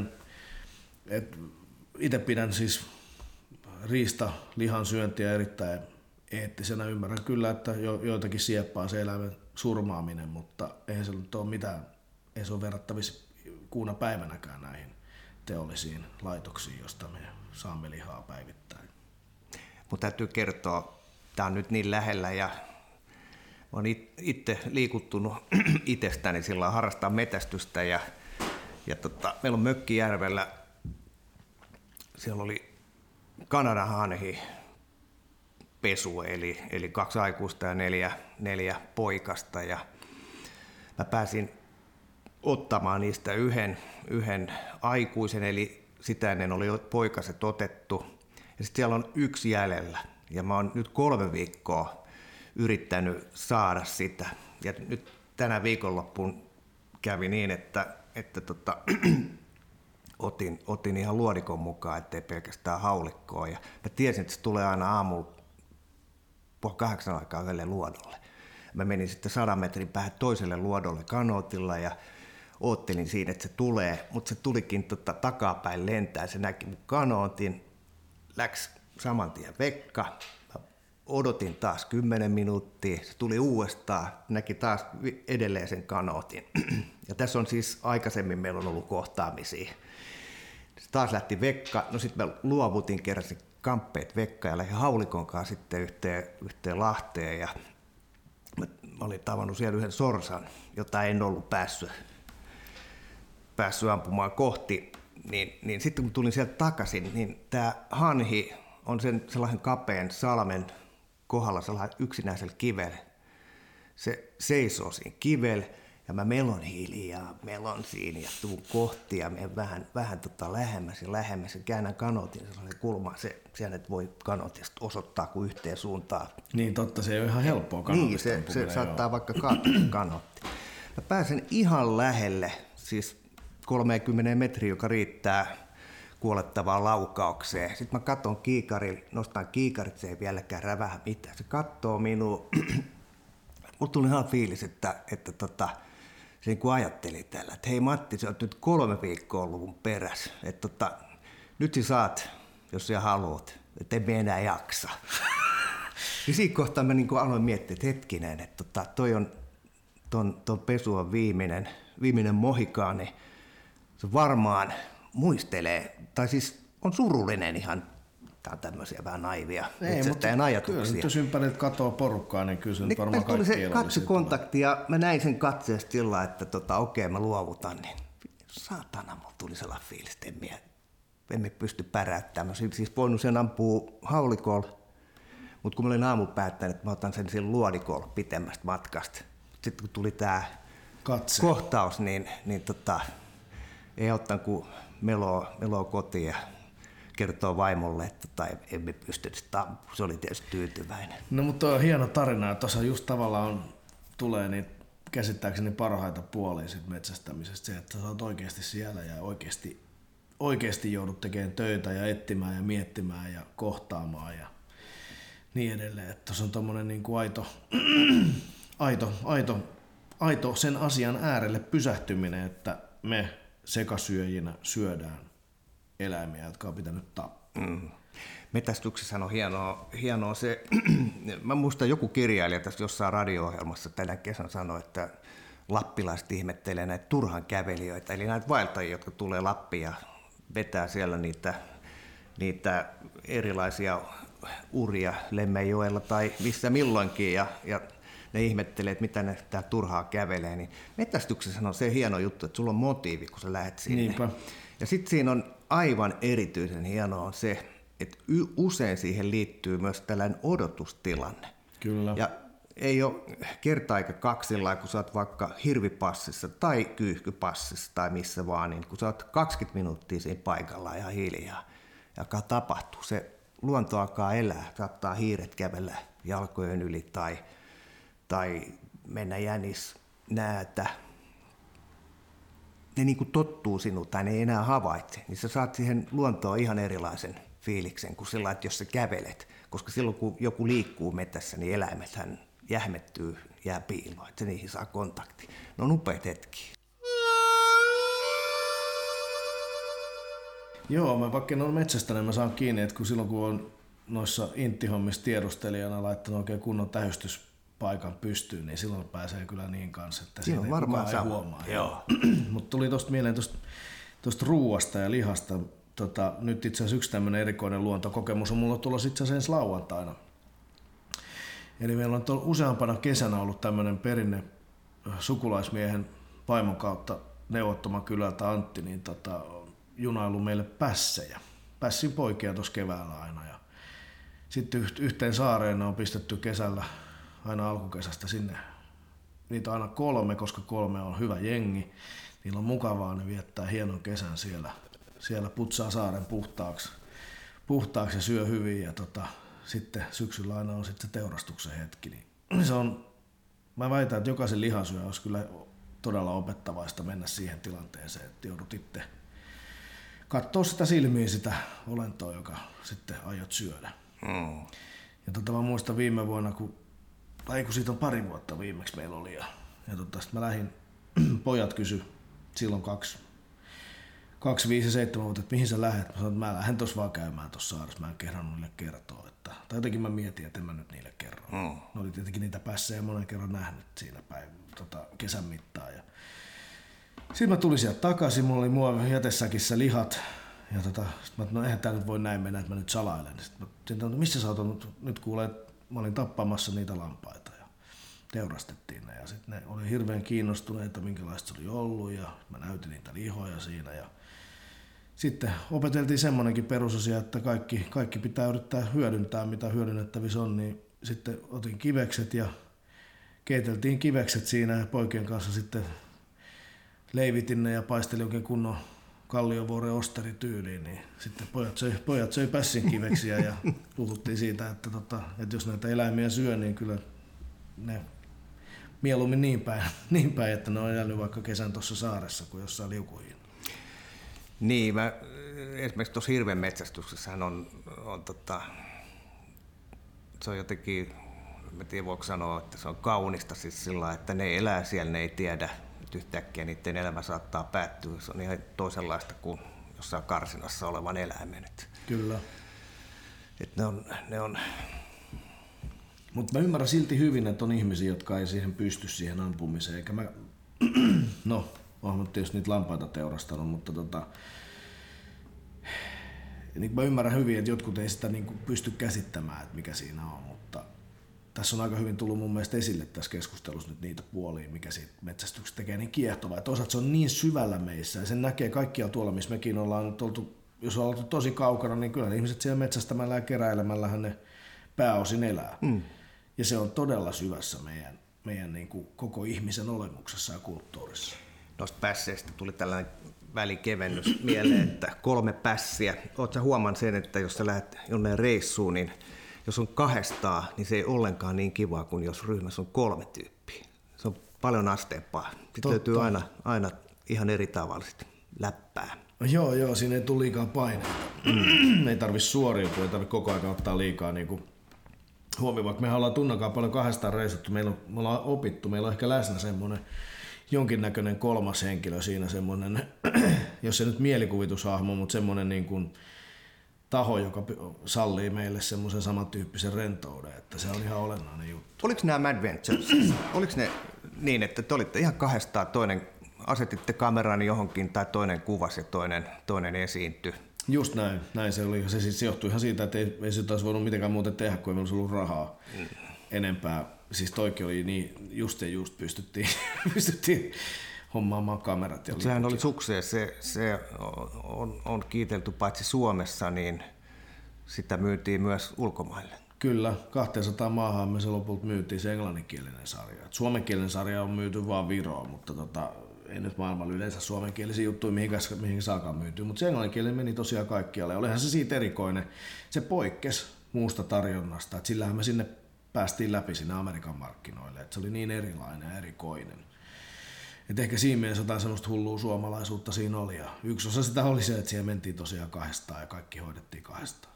itse pidän siis riistalihan syöntiä erittäin eettisenä. Ymmärrän kyllä, että joitakin sieppaa se eläimen surmaaminen, mutta eihän se nyt ole mitään, ei se ole verrattavissa kuuna päivänäkään näihin teollisiin laitoksiin, josta me saamme lihaa päivittäin. Mutta täytyy kertoa, tämä on nyt niin lähellä ja olen itse liikuttunut itsestäni sillä harrastaa metästystä ja meillä on Mökkijärvellä, siellä oli kanadahanhi pesu, eli 2 aikuista ja 4 poikasta. Ja mä pääsin ottamaan niistä yhden aikuisen, eli sitä ennen oli jo poikaset otettu. Ja sitten siellä on 1 jäljellä, ja mä oon nyt 3 viikkoa yrittänyt saada sitä. Ja nyt tänä viikonloppuun kävi niin, että otin ihan luodikon mukaan, ettei pelkästään haulikkoa. Ja mä tiesin, että se tulee aina aamulla 8 aikaa yhdelle luodolle. Mä menin sitten 100 metrin päähän toiselle luodolle kanootilla ja oottelin siinä, että se tulee. Mutta se tulikin takapäin lentää. Se näki mun kanootin, läks saman tien Vekka. Mä odotin taas 10 minuuttia. Se tuli uudestaan, näki taas edelleen sen kanootin. Ja tässä on siis aikaisemmin meillä on ollut kohtaamisia. Se taas lähti Vekka. No sitten mä luovutin, keräsin kamppeet Vekka ja lähdin haulikon kanssa sitten yhteen Lahteen. Ja mä olin tavannut siellä yhden sorsan, jota en ollut päässyt ampumaan kohti. Niin sitten kun tulin sieltä takaisin, niin tämä hanhi on sellainen kapean salmen kohdalla sellainen yksinäisellä kivellä. Se seisoo siinä kivellä ja mä melon siinä ja tuun kohti ja menen vähän lähemmäs ja käännän kanootin sellainen kulma. Siellä voi kanootista osoittaa kuin yhteen suuntaan. Niin totta, se ei ole ihan helppoa kanootista. Niin, se saattaa vaikka kaatua kanootti. Mä pääsen ihan lähelle, siis 30 metriä, joka riittää kuolettavaan laukaukseen. Sitten mä katson kiikarilla, nostan kiikarit, se ei vieläkään rävähä mitään. Se katsoo minua. Mulla tuli ihan fiilis, että se niin kuin ajatteli tällä, että hei Matti, sä oot nyt 3 viikkoa ollut mun perässä. Että nyt sä saat, jos sä haluat, että en me enää jaksa. Ja siinä kohtaa mä niin kuin aloin miettiä, että hetkinen, että toi on ton Pesuan viimeinen mohikaani. Se varmaan muistelee, tai siis on surullinen ihan, tää on tämmöisiä vähän naivia metsästäjän ajatuksia. Kyllä, jos ympäriltä katoo porukkaa, niin kyllä se nyt varmaan kaikki tuli se katsekontakti ja mä näin sen katseesta sillä, että okei, mä luovutan, niin saatana, mulla tuli sellainen fiilis, että emme pysty päräyttämään. Mä siis voinut sen ampua haulikolla, mutta kun mä olin aamulla päättänyt, että mä otan sen sillä luodikolla pitemmästä matkasta. Sitten kun tuli tää kohtaus, niin ei ottanut kuin meloa kotiin ja kertoo vaimolle, että emme pysty sitä ampumaan. Se oli tietysti tyytyväinen. No mutta on hieno tarina, että tuossa just tavallaan tulee niitä käsittääkseni parhaita puolia sit metsästämisestä. Se, että sä oot oikeasti siellä ja oikeasti joudut tekemään töitä ja etsimään ja miettimään ja kohtaamaan ja niin edelleen. Että tuossa on tommonen niin kuin aito sen asian äärelle pysähtyminen, että me sekasyöjinä syödään eläimiä, jotka on pitänyt tappaa. Metästyksessä on hienoa se, mä muistan joku kirjailija tässä jossain radio-ohjelmassa tänä kesän sanoi, että lappilaiset ihmettelee näitä turhan kävelijöitä, eli näitä vaeltajia, jotka tulee Lappiin ja vetää siellä niitä erilaisia uria Lemmenjoella tai missä milloinkin, ja ne ihmettelee, että mitä ne tää turhaa kävelee, niin metästyksessä on se hieno juttu, että sulla on motiivi, kun sä lähdet sinne. Niinpä. Ja sitten siinä on aivan erityisen hienoa on se, että usein siihen liittyy myös tällainen odotustilanne. Kyllä. Ja ei ole kerta eikä kaksilla, kun sä oot vaikka hirvipassissa tai kyyhkypassissa tai missä vaan, niin kun sä oot 20 minuuttia siinä paikalla ihan hiljaa ja alkaa tapahtua, se luonto alkaa elää, saattaa hiiret kävellä jalkojen yli tai mennä jänis näätä. Ne niin kuin tottuu sinut tai ne ei enää havaitse, niin sä saat siihen luontoon ihan erilaisen fiiliksen kuin sillä, että jos sä kävelet. Koska silloin kun joku liikkuu metässä, niin eläimethän jähmettyy, jää piiloon, että niihin saa kontakti. Ne on upeat hetkiä. Joo, mä vaikka en ole metsästänyt, mä saan kiinni, että silloin kun on noissa inttihommissa tiedustelijana laittanut oikein kunnon tähystyspaikan pystyyn, niin silloin pääsee kyllä niin kanssa, että siitä ei kukaan ei huomaa. Mutta tuli tuosta mieleen tuosta ruuasta ja lihasta. Nyt itse asiassa yksi tämmöinen erikoinen luontokokemus on mulla tulossa itse asiassa lauantaina. Eli meillä on useampana kesänä ollut tämmöinen perinne sukulaismiehen vaimon kautta neuvottoman kylältä Antti, niin junailu meille pässejä. Pässin poikia tuossa keväällä aina. Ja sitten yhteen saareen on pistetty kesällä aina alkukesästä sinne. Niitä on aina 3, koska 3 on hyvä jengi. Niillä on mukavaa, ne viettää hienon kesän siellä putsaa saaren puhtaaksi ja syö hyvin. Ja sitten syksyllä aina on sitten se teurastuksen hetki. Niin se on, mä väitän, että jokaisen lihansyöjä olisi kyllä todella opettavaista mennä siihen tilanteeseen, että joudut itse katsoa sitä silmiin sitä olentoa, joka sitten aiot syödä. Ja mä muistan viime vuonna, kun siitä on 2 vuotta viimeksi meillä oli. Ja sitten mä lähdin, pojat kysy silloin 2, 5 ja 7 vuotta, että mihin sä lähdet? Mä sanoin, että mä lähden tuossa vaan käymään tuossa saaressa. Mä en kehdannut niille kertoa. Tai jotenkin mä mietin, että en mä nyt niille kerro. Ne oli tietenkin niitä pässejä monen kerran nähnyt siinä kesän mittaan. Ja sitten mä tulin sieltä takaisin, mulla oli jätesäkissä lihat sit mä, no eihän tää nyt voi näin mennä, että mä nyt salailen. Sitten mä, missä sä oot nyt kuulee, että mä olin tappamassa niitä lampaita ja teurastettiin ne. Ja sitten ne oli hirveän kiinnostuneita, minkälaista se oli ollut ja mä näytin niitä lihoja siinä. Ja sitten opeteltiin semmoinenkin perusasia, että kaikki pitää yrittää hyödyntää, mitä hyödynnettävissä on, niin sitten otin kivekset ja keiteltiin kivekset siinä ja poikien kanssa sitten leivitin ne ja paistelin oikein kunnon Kalliovuoren osterityyliin, niin sitten pojat söi pässin kiveksiä ja puhuttiin siitä, että jos näitä eläimiä syö, niin kyllä ne mieluummin niin päin, että ne on elänyt vaikka kesän tuossa saaressa kuin jossain liukuihin. Niin, esimerkiksi tuossa hirven metsästyksessähän on se on jotenkin, en tiedä voiko sanoa, että se on kaunista siis sillä, että ne elää siellä, ne ei tiedä, että yhtäkkiä niiden elämä saattaa päättyä. Se on ihan toisenlaista kuin jossain karsinassa olevan eläimen. Kyllä. Että ne on. Mutta mä ymmärrän silti hyvin, että on ihmisiä, jotka ei siihen pysty siihen ampumiseen. Eikä mä, no, olen tietysti niitä lampaita teurastanut, mutta niin mä ymmärrän hyvin, että jotkut ei sitä niin kuin pysty käsittämään, että mikä siinä on, mutta tässä on aika hyvin tullut mun mielestä esille tässä keskustelussa nyt niitä puolia, mikä siitä metsästyksestä tekee niin kiehtovaa. Toisaalta se on niin syvällä meissä ja sen näkee kaikkialla tuolla, missä mekin ollaan nyt oltu, jos on oltu tosi kaukana, niin kyllä ihmiset siellä metsästämällä ja keräilemällähän ne pääosin elää. Ja se on todella syvässä meidän niin kuin koko ihmisen olemuksessa ja kulttuurissa. Noista pässeistä tuli tällainen välikevennys mieleen, että 3 pässiä. Oletko huomannut sen, että jos sä lähdet jonneen reissuun, niin jos on 200, niin se ei ollenkaan niin kivaa kuin jos ryhmässä on 3 tyyppiä. Se on paljon asteempaa. Sitten löytyy aina ihan eri tavalla läppää. No joo, siinä ei tule liikaa paineita. Ei tarvitse suoriutua, ei tarvitse koko ajan ottaa liikaa niin kuin huomioon. Vaikka mehän ollaan Tunnakaan paljon 200 reissuttu, me ollaan opittu, meillä on ehkä läsnä semmoinen jonkinnäköinen kolmas henkilö siinä, semmoinen, jos se nyt mielikuvitushahmo, mutta semmoinen niin kuin taho, joka sallii meille semmoisen samantyyppisen rentouden, että se on ihan olennainen juttu. Oliko nämä Mad Ventures? Oliko ne niin, että te olitte ihan 200, toinen asetitte kameran johonkin tai toinen kuvasi ja toinen esiintyi? Just näin se oli. Se johtui ihan siitä, että ei se taas voinut mitenkään muuten tehdä, kun ei meillä olisi ollut rahaa enempää. Siis toikin oli niin, just pystyttiin hommaamaan kamerat. Sehän oli sukseen. Se on kiitelty paitsi Suomessa, niin sitä myytiin myös ulkomaille. Kyllä, 200 maahan me se lopulta myytiin se englanninkielinen sarja. Suomenkielinen sarja on myyty vaan Viroon, mutta ei nyt maailmalla yleensä suomenkielisiä juttuja mihin saakaan myytyy, mutta se englanninkielinen meni tosiaan kaikkialle. Olihan se siitä erikoinen. Se poikkesi muusta tarjonnasta, että sillähän me sinne päästiin läpi sinne Amerikan markkinoille, että se oli niin erilainen ja erikoinen. Et ehkä siinä mielessä jotain semmoista hullua suomalaisuutta siinä oli. Ja yksi osa sitä oli se, että siellä mentiin tosiaan 200 ja kaikki hoidettiin 200.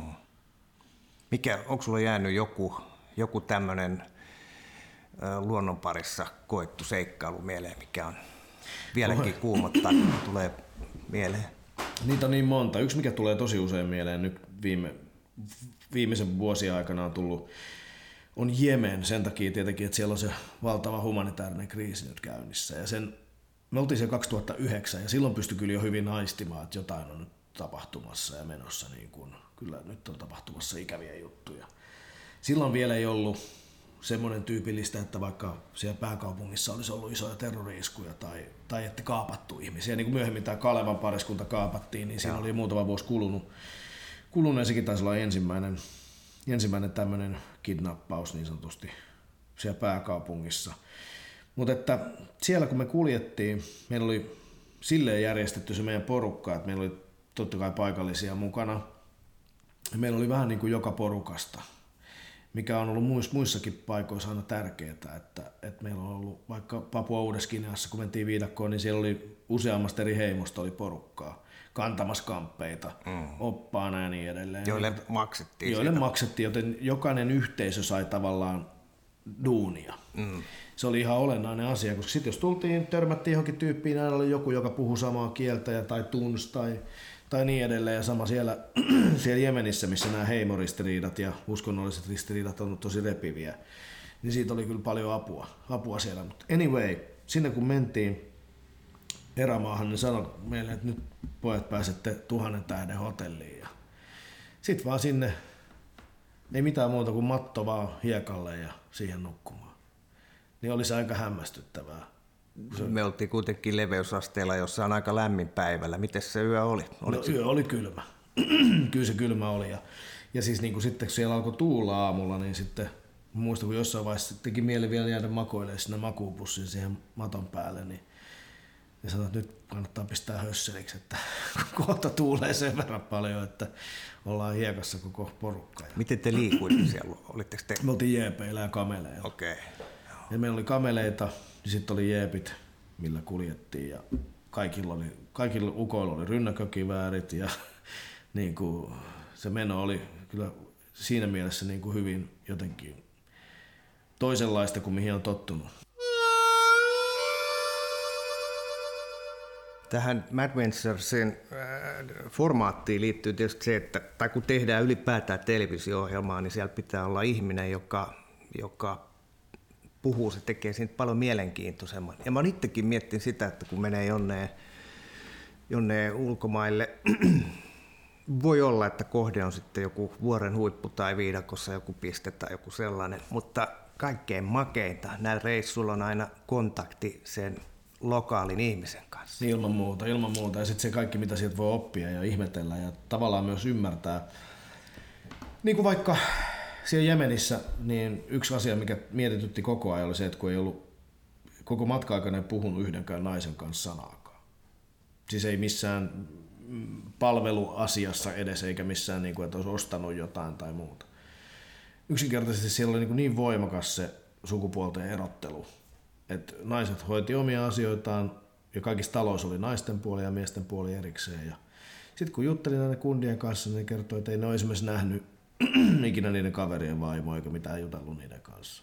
Onko sulla jäänyt joku tämmöinen luonnon parissa koettu seikkailu mieleen, mikä on vieläkin kuumottaa, tulee mieleen? Niitä on niin monta. Yksi, mikä tulee tosi usein mieleen nyt viimeisen vuosien aikana on Jemen sen takia tietenkin, että siellä on se valtava humanitaarinen kriisi nyt käynnissä. Ja me oltiin siellä 2009 ja silloin pystyi kyllä jo hyvin aistimaan, että jotain on nyt tapahtumassa ja menossa. Niin kuin, kyllä nyt on tapahtumassa ikäviä juttuja. Silloin vielä ei ollut semmoinen tyypillistä, että vaikka siellä pääkaupungissa olisi ollut isoja terrori-iskuja tai että kaapattu ihmisiä. Niin kuin myöhemmin tämä Kalevan pariskunta kaapattiin, niin siinä oli muutama vuosi kulunut ja sekin taisi olla ensimmäinen tämmöinen kidnappaus niin sanotusti siellä pääkaupungissa. Mutta että siellä kun me kuljettiin, meillä oli silleen järjestetty se meidän porukka, että meillä oli totta kai paikallisia mukana. Meillä oli vähän niin kuin joka porukasta, mikä on ollut muissakin paikoissa aina tärkeää, että meillä on ollut vaikka Papua Uudessa-Guineassa, kun mentiin viidakkoon, niin siellä oli useammasta eri heimosta oli porukkaa kantamassa kamppeita, oppaana ja niin edelleen. Joille maksettiin, joten jokainen yhteisö sai tavallaan duunia. Se oli ihan olennainen asia, koska sitten jos törmättiin johonkin tyyppiin, aina oli joku, joka puhui samaa kieltä tai tunsi tai niin edelleen. Ja sama siellä Jemenissä, missä nämä heimoristiriidat ja uskonnolliset ristiriidat on tosi repiviä, niin siitä oli kyllä paljon apua siellä. Mutta anyway, sinne kun mentiin erämaahan, niin sanoi meille, että nyt pojat pääsette 1000 tähden hotelliin. Ja sit vaan sinne, ei mitään muuta kuin matto vaan hiekalle ja siihen nukkumaan. Niin olisi aika hämmästyttävää. Me oltiin kuitenkin leveysasteella, jossa on aika lämmin päivällä. Miten se yö oli? Yö oli kylmä. Kyllä se kylmä oli. Ja siis niin kuin sitten kun siellä alkoi tuulla aamulla, niin sitten muistan, kun jossain vaiheessa teki mieli vielä jäädä makoilemaan sinne makuupussiin siihen maton päälle, niin ja sanoin, että nyt kannattaa pistää hösseliksi, että kohta tuulee sen verran paljon, että ollaan hiekassa koko porukka. Miten te liikuitte siellä? Olitteko te? Me oltiin jeepeillä ja kameleilla. Okei. Ja meillä oli kameleita, ja sitten oli jeepit, millä kuljettiin. Ja kaikilla ukoilla oli rynnäkkökiväärit ja niin kuin, se meno oli kyllä siinä mielessä niin kuin hyvin jotenkin toisenlaista kuin mihin on tottunut. Tähän Madventuresin formaattiin liittyy tietysti se, että tai kun tehdään ylipäätään televisio-ohjelmaa, niin siellä pitää olla ihminen, joka puhuu, se tekee siitä paljon mielenkiintoisemman. Ja mä oon itsekin miettinyt sitä, että kun menee jonne ulkomaille, voi olla, että kohde on sitten joku vuoren huippu tai viidakossa joku piste tai joku sellainen, mutta kaikkein makeinta näillä reissuilla on aina kontakti sen lokaalin ihmisen kanssa. Ilman muuta. Ja sitten se kaikki, mitä sieltä voi oppia ja ihmetellä ja tavallaan myös ymmärtää. Niin kuin vaikka siellä Jemenissä, niin yksi asia, mikä mietitytti koko ajan, oli se, että kun ei ollut koko matka-aikana puhunut yhdenkään naisen kanssa sanaakaan. Siis ei missään palveluasiassa edes, eikä missään, niin kuin, että olisi ostanut jotain tai muuta. Yksinkertaisesti siellä oli niin voimakas se sukupuolten erottelu, että naiset hoiti omia asioitaan ja kaikissa taloissa oli naisten puoli ja miesten puoli erikseen. Ja sitten kun juttelin näiden kundien kanssa, niin ne kertoi, että ei ne ole esimerkiksi nähnyt ikinä niiden kaverien vaimoja eikä mitään jutellut niiden kanssa.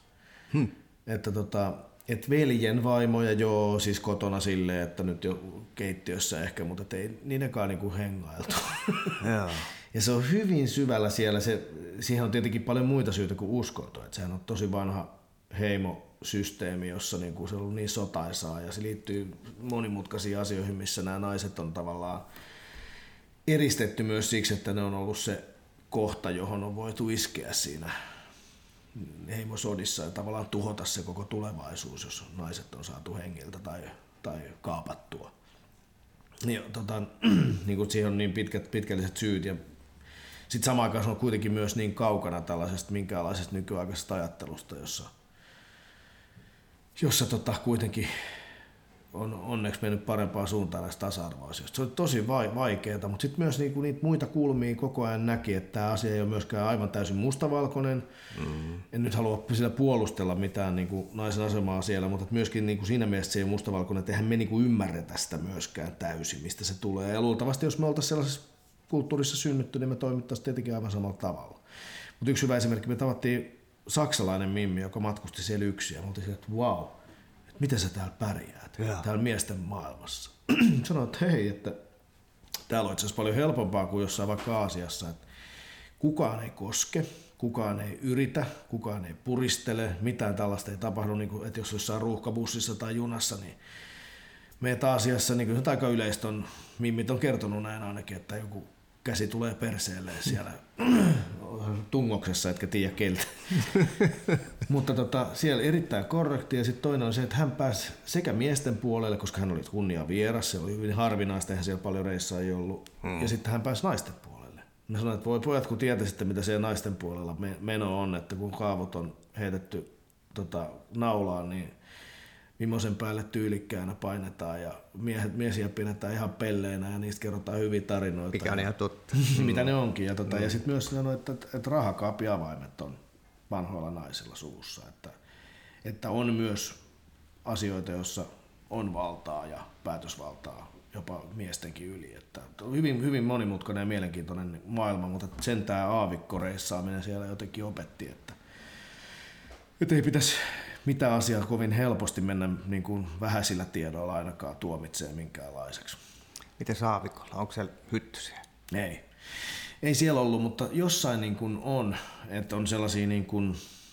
Että veljen vaimoja joo, siis kotona silleen, että nyt jo keittiössä ehkä, mutta ei niidenkaan niinku hengailtu. Ja se on hyvin syvällä siellä. Siihen on tietenkin paljon muita syitä kuin uskonto. Että sehän on tosi vanha heimosysteemi, jossa niinku se on ollut niin sotaisaa ja se liittyy monimutkaisiin asioihin, missä nämä naiset on tavallaan eristetty myös siksi, että ne on ollut se kohta, johon on voitu iskeä siinä heimosodissa ja tavallaan tuhota se koko tulevaisuus, jos naiset on saatu hengiltä tai kaapattua. Ja, niin kuin siihen on niin pitkälliset syyt ja sitten samaan aikaan se on kuitenkin myös niin kaukana tällaisesta minkäänlaisesta nykyaikaisesta ajattelusta, jossa kuitenkin on onneksi mennyt parempaan suuntaan näistä tasa-arvoasioista. Se on tosi vaikeaa, mutta sitten myös niitä muita kulmia koko ajan näki, että tämä asia ei ole myöskään aivan täysin mustavalkoinen. En nyt halua sillä puolustella mitään niin kuin naisen asemaa siellä, mutta myöskin niin kuin siinä mielessä se ei ole mustavalkoinen, että eihän me niin kuin ymmärretä sitä myöskään täysin, mistä se tulee. Ja luultavasti, jos me oltaisiin sellaisessa kulttuurissa synnytty, niin me toimittaisiin tietenkin aivan samalla tavalla. Mutta yksi hyvä esimerkki, me tavattiin saksalainen mimmi, joka matkusti siellä yksin, ja me oltiin että wow, miten sä täällä pärjäät, täällä miesten maailmassa. Sanoin, että hei, että täällä on itse asiassa paljon helpompaa kuin jossain vaikka Aasiassa, että kukaan ei koske, kukaan ei yritä, kukaan ei puristele, mitään tällaista ei tapahdu, niin kuin, että jos jossain ruuhkabussissa tai junassa, niin meet Aasiassa, niin kyllä se aika yleistä on, mimmit on kertonut näin ainakin, että joku käsi tulee perseelle siellä tungoksessa, etkä tiedä keltä. Mutta siellä erittäin korrekti ja sitten toinen on se, että hän pääsi sekä miesten puolelle, koska hän oli kunnia vieras, se oli hyvin harvinaista, eihän siellä paljon reissaa ei ollut, ja sitten hän pääsi naisten puolelle. Mä sanoin, että voi pojat, kun tietäisitte, mitä siellä naisten puolella meno on, että kun kaavot on heitetty naulaan, niin mimmoisen päälle tyylikkäänä painetaan ja miesiä pidetään ihan pelleinä ja niistä kerrotaan hyviä tarinoita. Mikä on ihan totta. Mitä ne onkin. Ja sitten myös sanoi, että rahakaapiavaimet on vanhoilla naisilla suvussa. Että on myös asioita, joissa on valtaa ja päätösvaltaa jopa miestenkin yli. Että on hyvin, hyvin monimutkainen ja mielenkiintoinen maailma, mutta sen tämä aavikkoreissaaminen siellä jotenkin opetti, että ei pitäisi mitä asiaa kovin helposti mennä niin kuin vähäisillä tiedoilla ainakaan tuomitsee minkäänlaiseksi. Miten aavikolla? Onko siellä hyttysiä? Ei siellä ollut, mutta jossain niin kuin on, että on sellaisia niin kuin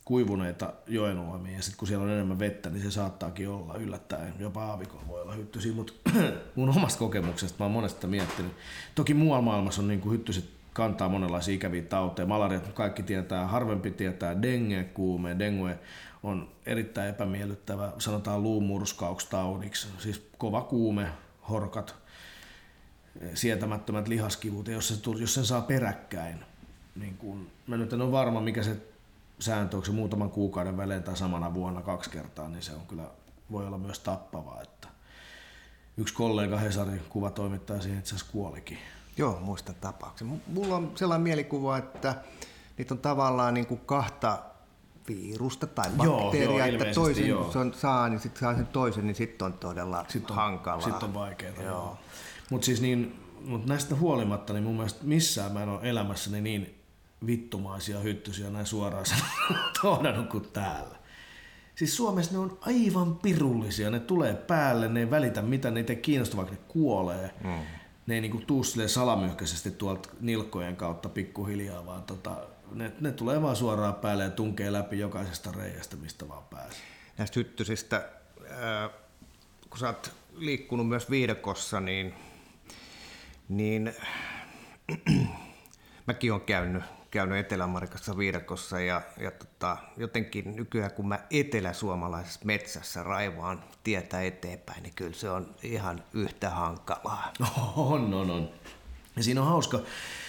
kuivuneita joenuomia ja sitten kun siellä on enemmän vettä, niin se saattaakin olla yllättäen. Jopa aavikolla voi olla hyttysiä, mutta mun omasta kokemuksesta mä oon monesta miettinyt. Toki muualla maailmassa on niin kuin hyttyset kantaa monenlaisia ikäviä tauteja. Malariat kaikki tietää, harvempi tietää dengue-kuume. Dengue on erittäin epämiellyttävä, sanotaan luumurskaukstaudiksi, siis kova kuume, horkat, sietämättömät lihaskivut, ja jos sen saa peräkkäin, niin kun, mä nyt en ole varma mikä se sääntö, onko se muutaman kuukauden välein tai samana vuonna 2 kertaa, niin se on kyllä, voi olla myös tappavaa. Että yksi kollega Hesarin kuvatoimittaja siihen itse asiassa kuolikin. Joo, muistan tapauksen. Mulla on sellainen mielikuva, että niitä on tavallaan niin kuin 2 virusta tai bakteeria, että toisen kun se on saa, niin sitten saa sen toisen, niin sitten on todella hankalaa. Sitten on vaikeaa. Mutta siis näistä huolimatta, niin mun mielestä missään mä en ole elämässäni niin vittumaisia hyttysiä näin suoraan tohdannut kuin täällä. Siis Suomessa ne on aivan pirullisia, ne tulee päälle, ne ei välitä mitä, ne ei kiinnosta, vaikka ne kuolee. Ne ei niinku tuu salamyhkäisesti tuolta nilkkojen kautta pikkuhiljaa, vaan ne tulee vaan suoraan päälle ja tunkee läpi jokaisesta reiästä, mistä vaan pääsee. Näistä hyttysistä, kun sä oot liikkunut myös viidakossa, niin mäkin olen käynyt Etelä-Amerikassa viidakossa ja jotenkin nykyään kun mä eteläsuomalaisessa metsässä raivaan tietä eteenpäin, niin kyllä se on ihan yhtä hankalaa. On. Ja siinä on hauska,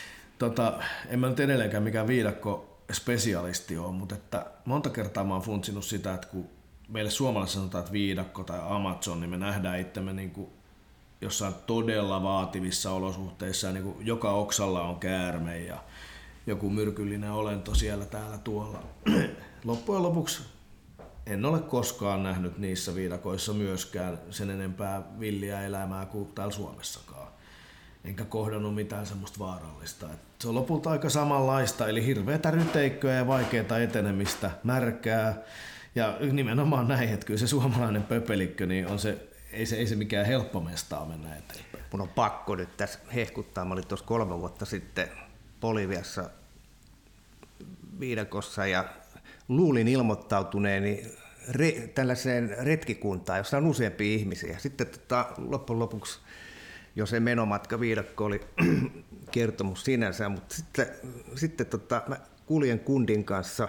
en mä nyt edelleenkään mikään viidakko-spesialisti ole, mutta että monta kertaa mä oon funtsinut sitä, että kun meille suomalaisissa sanotaan, että viidakko tai Amazon, niin me nähdään itsemme niin kuin jossain todella vaativissa olosuhteissa, ja niin kuin joka oksalla on käärme ja joku myrkyllinen olento siellä täällä tuolla. Loppujen lopuksi en ole koskaan nähnyt niissä viidakoissa myöskään sen enempää villiä elämää kuin täällä Suomessakaan. Enkä kohdannut mitään semmoista vaarallista. Se on lopulta aika samanlaista, eli hirveätä ryteikköä ja vaikeaa etenemistä, märkää. Ja nimenomaan näin, että kyllä se suomalainen pöpelikkö, niin ei se mikään helppo mestaa mennä eteenpäin. Mun on pakko nyt tässä hehkuttaa. Mä olin tuossa 3 vuotta sitten Boliviassa viidakossa ja luulin ilmoittautuneeni tällaiseen retkikuntaan, jossa on useampia ihmisiä. Sitten loppujen lopuksi, jos se menomatka viidakko oli kertomus sinänsä, mutta sitten mä kuljen kundin kanssa.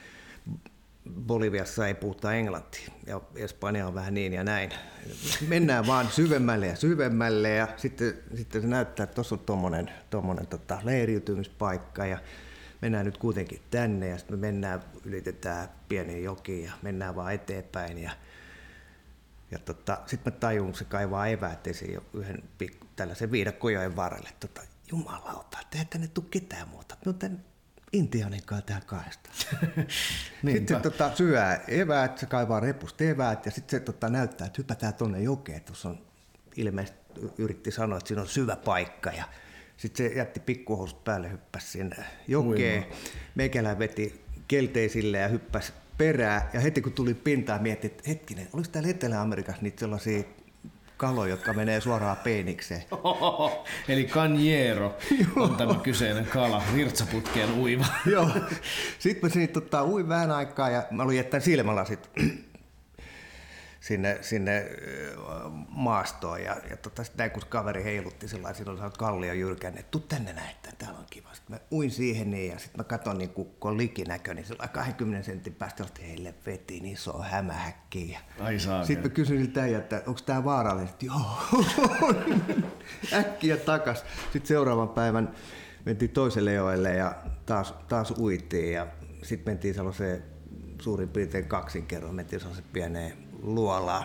Boliviassa ei puhuta englantia ja Espanja on vähän niin ja näin. Mennään vaan syvemmälle ja sitten se näyttää, että tuossa on tommonen leiriytymispaikka ja mennään nyt kuitenkin tänne ja sitten me ylitetään pieni joki ja mennään vaan eteenpäin ja sitten mä tajun, se kaivaa eväät esiin yhden tällaisen viidakkojoen varrelle. Jumalauta, eihän tänne tule ketään muuta. Me on tän Intianinkaan tähän kahdesta. Sitten se syö eväät, se kaivaa repusta eväät ja sitten se näyttää, että hypätään tuonne jokeen. Tuossa on ilmeisesti yritti sanoa, että siinä on syvä paikka ja sitten se jätti pikkuhousut päälle, hyppäsi sinne jokeen. Meikälä veti kelteisille ja hyppäsi perään ja heti kun tuli pintaan mietti, että hetkinen, oliko täällä Etelä-Amerikassa niitä sellaisia kaloja, jotka menee suoraan peenikseen. Eli canjero on tämä kyseinen kala, virtsaputkeen uiva. Joo. Sitten mä uin vähän aikaa ja mä olin jättänyt silmälasit sinne maastoon ja näin kun kaveri heilutti sellainen, siinä oli kallio jyrkänne, että tuu tänne näin, täällä on kiva. Sitten mä uin siihen niin, ja sitten mä katson, niin kun on likinäkö, niin sellainen 20 sentin päästä, että heille veti niin iso hämähäkki. Sitten mä kysyin siltä, että onko tää vaarallista? Joo, äkkiä takas. Sitten seuraavan päivän mentiin toiselle joelle ja taas uitiin ja sitten mentiin sellaiseen suurin piirtein 2 kerran, mentiin sellaiseen pieneen luolaan,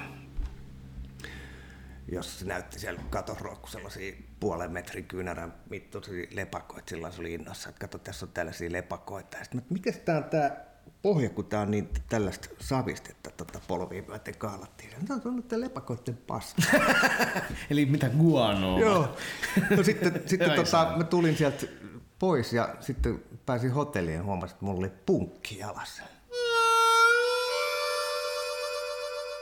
jossa se näytti siellä katon roikku sellaisia 0,5 metrin kyynärän mittaisia lepakoita. Silloin se oli innossa, että kato, tässä on tällaisia lepakoita. Sitten mikäs tää on tää pohja, kun tää on niin tällaista savistetta polviin myöten kaalattiin. Tämä on ollut tää lepakoiden paska. Eli mitä guanoa? Joo. No sitten mä tulin sieltä pois ja sitten pääsin hotelliin ja huomasin, että mulla oli punkki jalassa.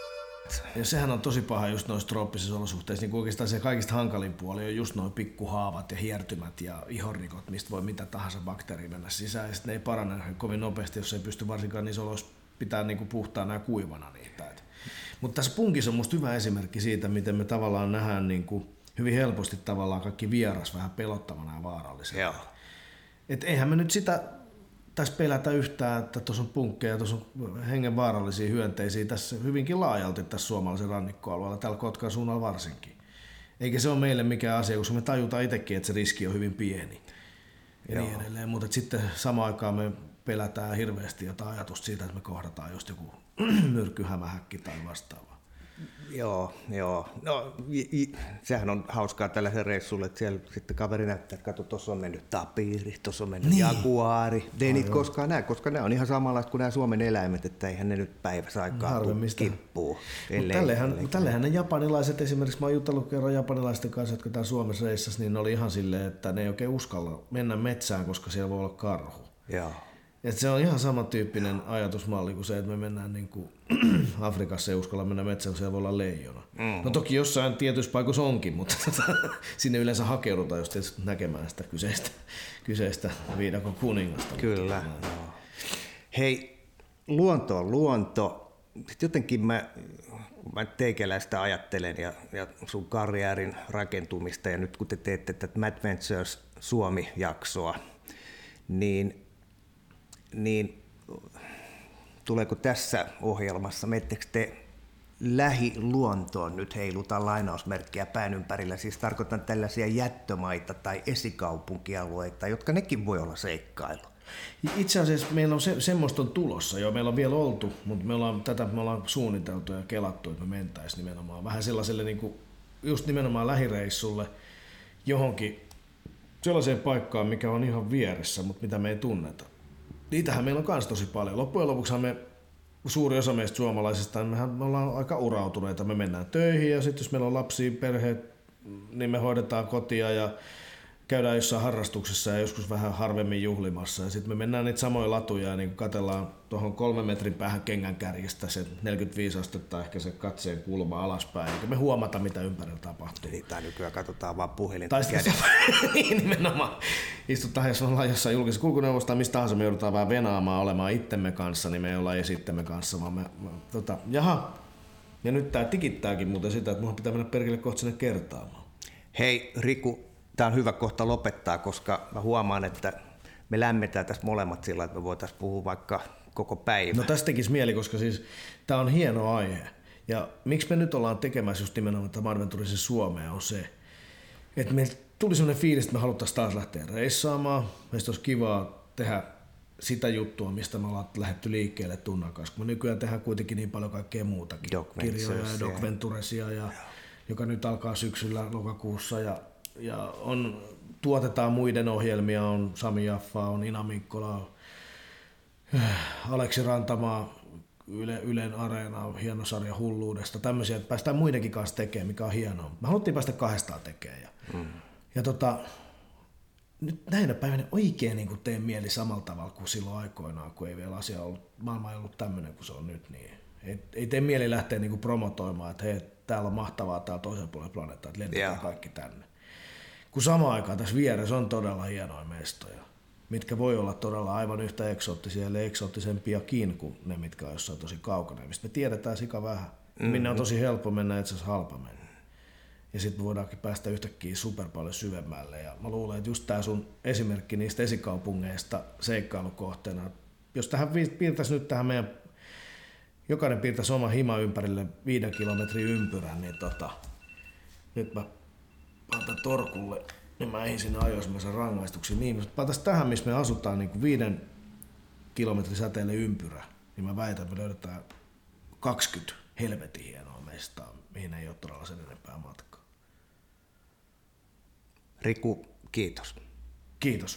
Ja sehän on tosi paha just noissa trooppisissa olosuhteissa. Niin oikeastaan se kaikista hankalin puoli on just noin pikkuhaavat ja hiertymät ja ihorikot, mistä voi mitä tahansa bakteeria mennä sisään. Ja sitten ne ei parane kovin nopeasti, jos ei pysty varsinkaan niissä oloissa pitää niinku puhtaana ja kuivana niitä. Mutta tässä punkissa on musta hyvä esimerkki siitä, miten me tavallaan nähdään niinku hyvin helposti tavallaan kaikki vieras vähän pelottavana ja vaarallisena. Et eihän me nyt sitä tässä pelätä yhtään, että tuossa on punkkeja, tuossa on hengenvaarallisia hyönteisiä tässä hyvinkin laajalti tässä suomalaisen rannikkoalueella, täällä Kotkan suunnalla varsinkin. Eikä se ole meille mikään asia, koska me tajutaan itsekin, että se riski on hyvin pieni ja niin edelleen. Mutta sitten samaan aikaan me pelätään hirveästi jotain ajatusta siitä, että me kohdataan just joku myrkkyhämähäkki tai vastaava. Joo. No, sehän on hauskaa tällaisen reissulle, että siellä sitten kaveri näyttää, että kato, tuossa on mennyt tapiri, tuossa on mennyt jaguaari. Ei niitä koskaan näe, koska ne on ihan samanlaiset kuin nämä Suomen eläimet, että eihän ne nyt päivässä aikaa kippuu. Tällehän ne japanilaiset, esimerkiksi mä oon jutellut kerran japanilaisten kanssa, jotka täällä Suomessa reissassa, niin ne oli ihan silleen, että ne ei oikein uskalla mennä metsään, koska siellä voi olla karhu. Joo. Et se on ihan samantyyppinen ajatusmalli kuin se, että me mennään niin kuin Afrikassa ei uskalla mennä metsään, kun siellä voi olla leijona. No toki jossain tietyissä paikoissa onkin, mutta sinne yleensä hakeudutaan just tietysti näkemään sitä kyseistä viidakon kuningasta. Kyllä. Hei, luonto on luonto. Sitten jotenkin mä teikäläistä ajattelen ja sun karjäärin rakentumista ja nyt kun te teette tätä Mad Ventures Suomi-jaksoa, niin tuleeko tässä ohjelmassa, menettekö te lähiluontoon, nyt heilutaan lainausmerkkiä pään ympärillä, siis tarkoitan tällaisia jättömaita tai esikaupunkialueita, jotka nekin voi olla seikkailu? Itse asiassa meillä on semmoista on tulossa, jo meillä on vielä oltu, mutta me ollaan suunniteltu ja kelattu, että me mentäisiin nimenomaan vähän sellaiselle niin kuin, just nimenomaan lähireissulle johonkin sellaiseen paikkaan, mikä on ihan vieressä, mutta mitä me ei tunneta. Niitähän meillä on myös tosi paljon. Loppujen lopuksi suuri osa meistä suomalaisista, me ollaan aika urautuneita. Me mennään töihin ja sitten jos meillä on lapsia, perheet, niin me hoidetaan kotia ja käydään jossain harrastuksessa ja joskus vähän harvemmin juhlimassa. Ja sitten me mennään niitä samoja latuja ja niin katsellaan tuohon 3 metrin päähän kengän kärjestä se 45 astetta ehkä se katseen kulma alaspäin. Eikä me huomata, mitä ympärillä tapahtuu. Tai nykyään katsotaan vaan puhelinta kädessä. Niin nimenomaan. Istutaan, jos ollaan jossain julkisessa kulkuneuvossa tai mistä tahansa me joudutaan vähän venaamaan olemaan itsemme kanssa, niin me ei olla itsemme kanssa, vaan jaha. Ja nyt tää tikittääkin muuten sitä, että munhan pitää mennä perkele kohta sinne kertaamaan. Hei Riku, tää on hyvä kohta lopettaa, koska mä huomaan, että me lämmetään tässä molemmat sillä, että me voitaisiin puhua vaikka koko päivä. No tästä tekisi mieli, koska siis tää on hieno aihe. Ja miksi me nyt ollaan tekemässä just nimenomaan tätä Mad Venturesen Suomea on se, että meillä tuli sellainen fiilis, että me haluttaisiin taas lähteä reissaamaan. Meistä olisi kivaa tehdä sitä juttua, mistä me ollaan lähdetty liikkeelle Tunnan kanssa. Me nykyään tehdään kuitenkin niin paljon kaikkea muutakin. Kirjoja ja Doc Venturesia, joka nyt alkaa syksyllä lokakuussa. Ja tuotetaan muiden ohjelmia, on Sami Jaffa, on Ina Mikkola, Aleksi Rantamaa, Ylen Areena, hieno sarja Hulluudesta, tämmöisiä, että päästään muidenkin kanssa tekemään, mikä on hienoa. Me haluttiin päästä 200 tekemään. Ja nyt näinä päivänä oikein niin teen mieli samalla tavalla kuin silloin aikoinaan, kun ei vielä maailma ei ollut tämmöinen kuin se on nyt. Niin ei tee mieli lähteä niin promotoimaan, että hei, täällä on mahtavaa täällä toisella puolella planeettaa, että lennetään kaikki tänne. Kun samaan aikaan tässä vieressä on todella hienoja mestoja, mitkä voi olla todella aivan yhtä eksoottisia, eli eksoottisempiakin kuin ne, mitkä on jossain tosi kaukana, mistä me tiedetään sika vähän. Minne on tosi helppo mennä, itse asiassa halpa mennä. Ja sitten voidaankin päästä yhtäkkiä super paljon syvemmälle. Ja mä luulen, että just tää sun esimerkki niistä esikaupungeista seikkailukohteena, jos tähän piirtäisi nyt tähän meidän, jokainen piirtäisi oman hima ympärille 5 kilometrin ympyrän, niin nyt mä paitan torkulle, niin mä eihin sinne ajoismaisen rangaistuksen. Niin, paitais tähän, missä me asutaan niin 5 kilometrin säteelle ympyrä, niin mä väitän, että me löydetään 20 helvetin hienoa mestaa, mihin ei ole todella sen enempää matkaa. Riku, kiitos. Kiitos.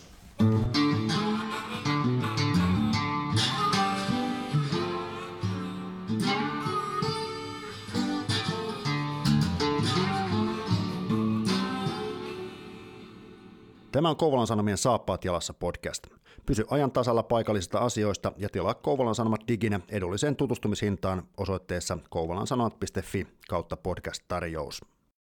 Tämä on Kouvolan Sanomien Saappaat jalassa podcast. Pysy ajan tasalla paikallisista asioista ja tilaa Kouvolan Sanomat diginä edulliseen tutustumishintaan osoitteessa kouvolansanomat.fi/podcast-tarjous.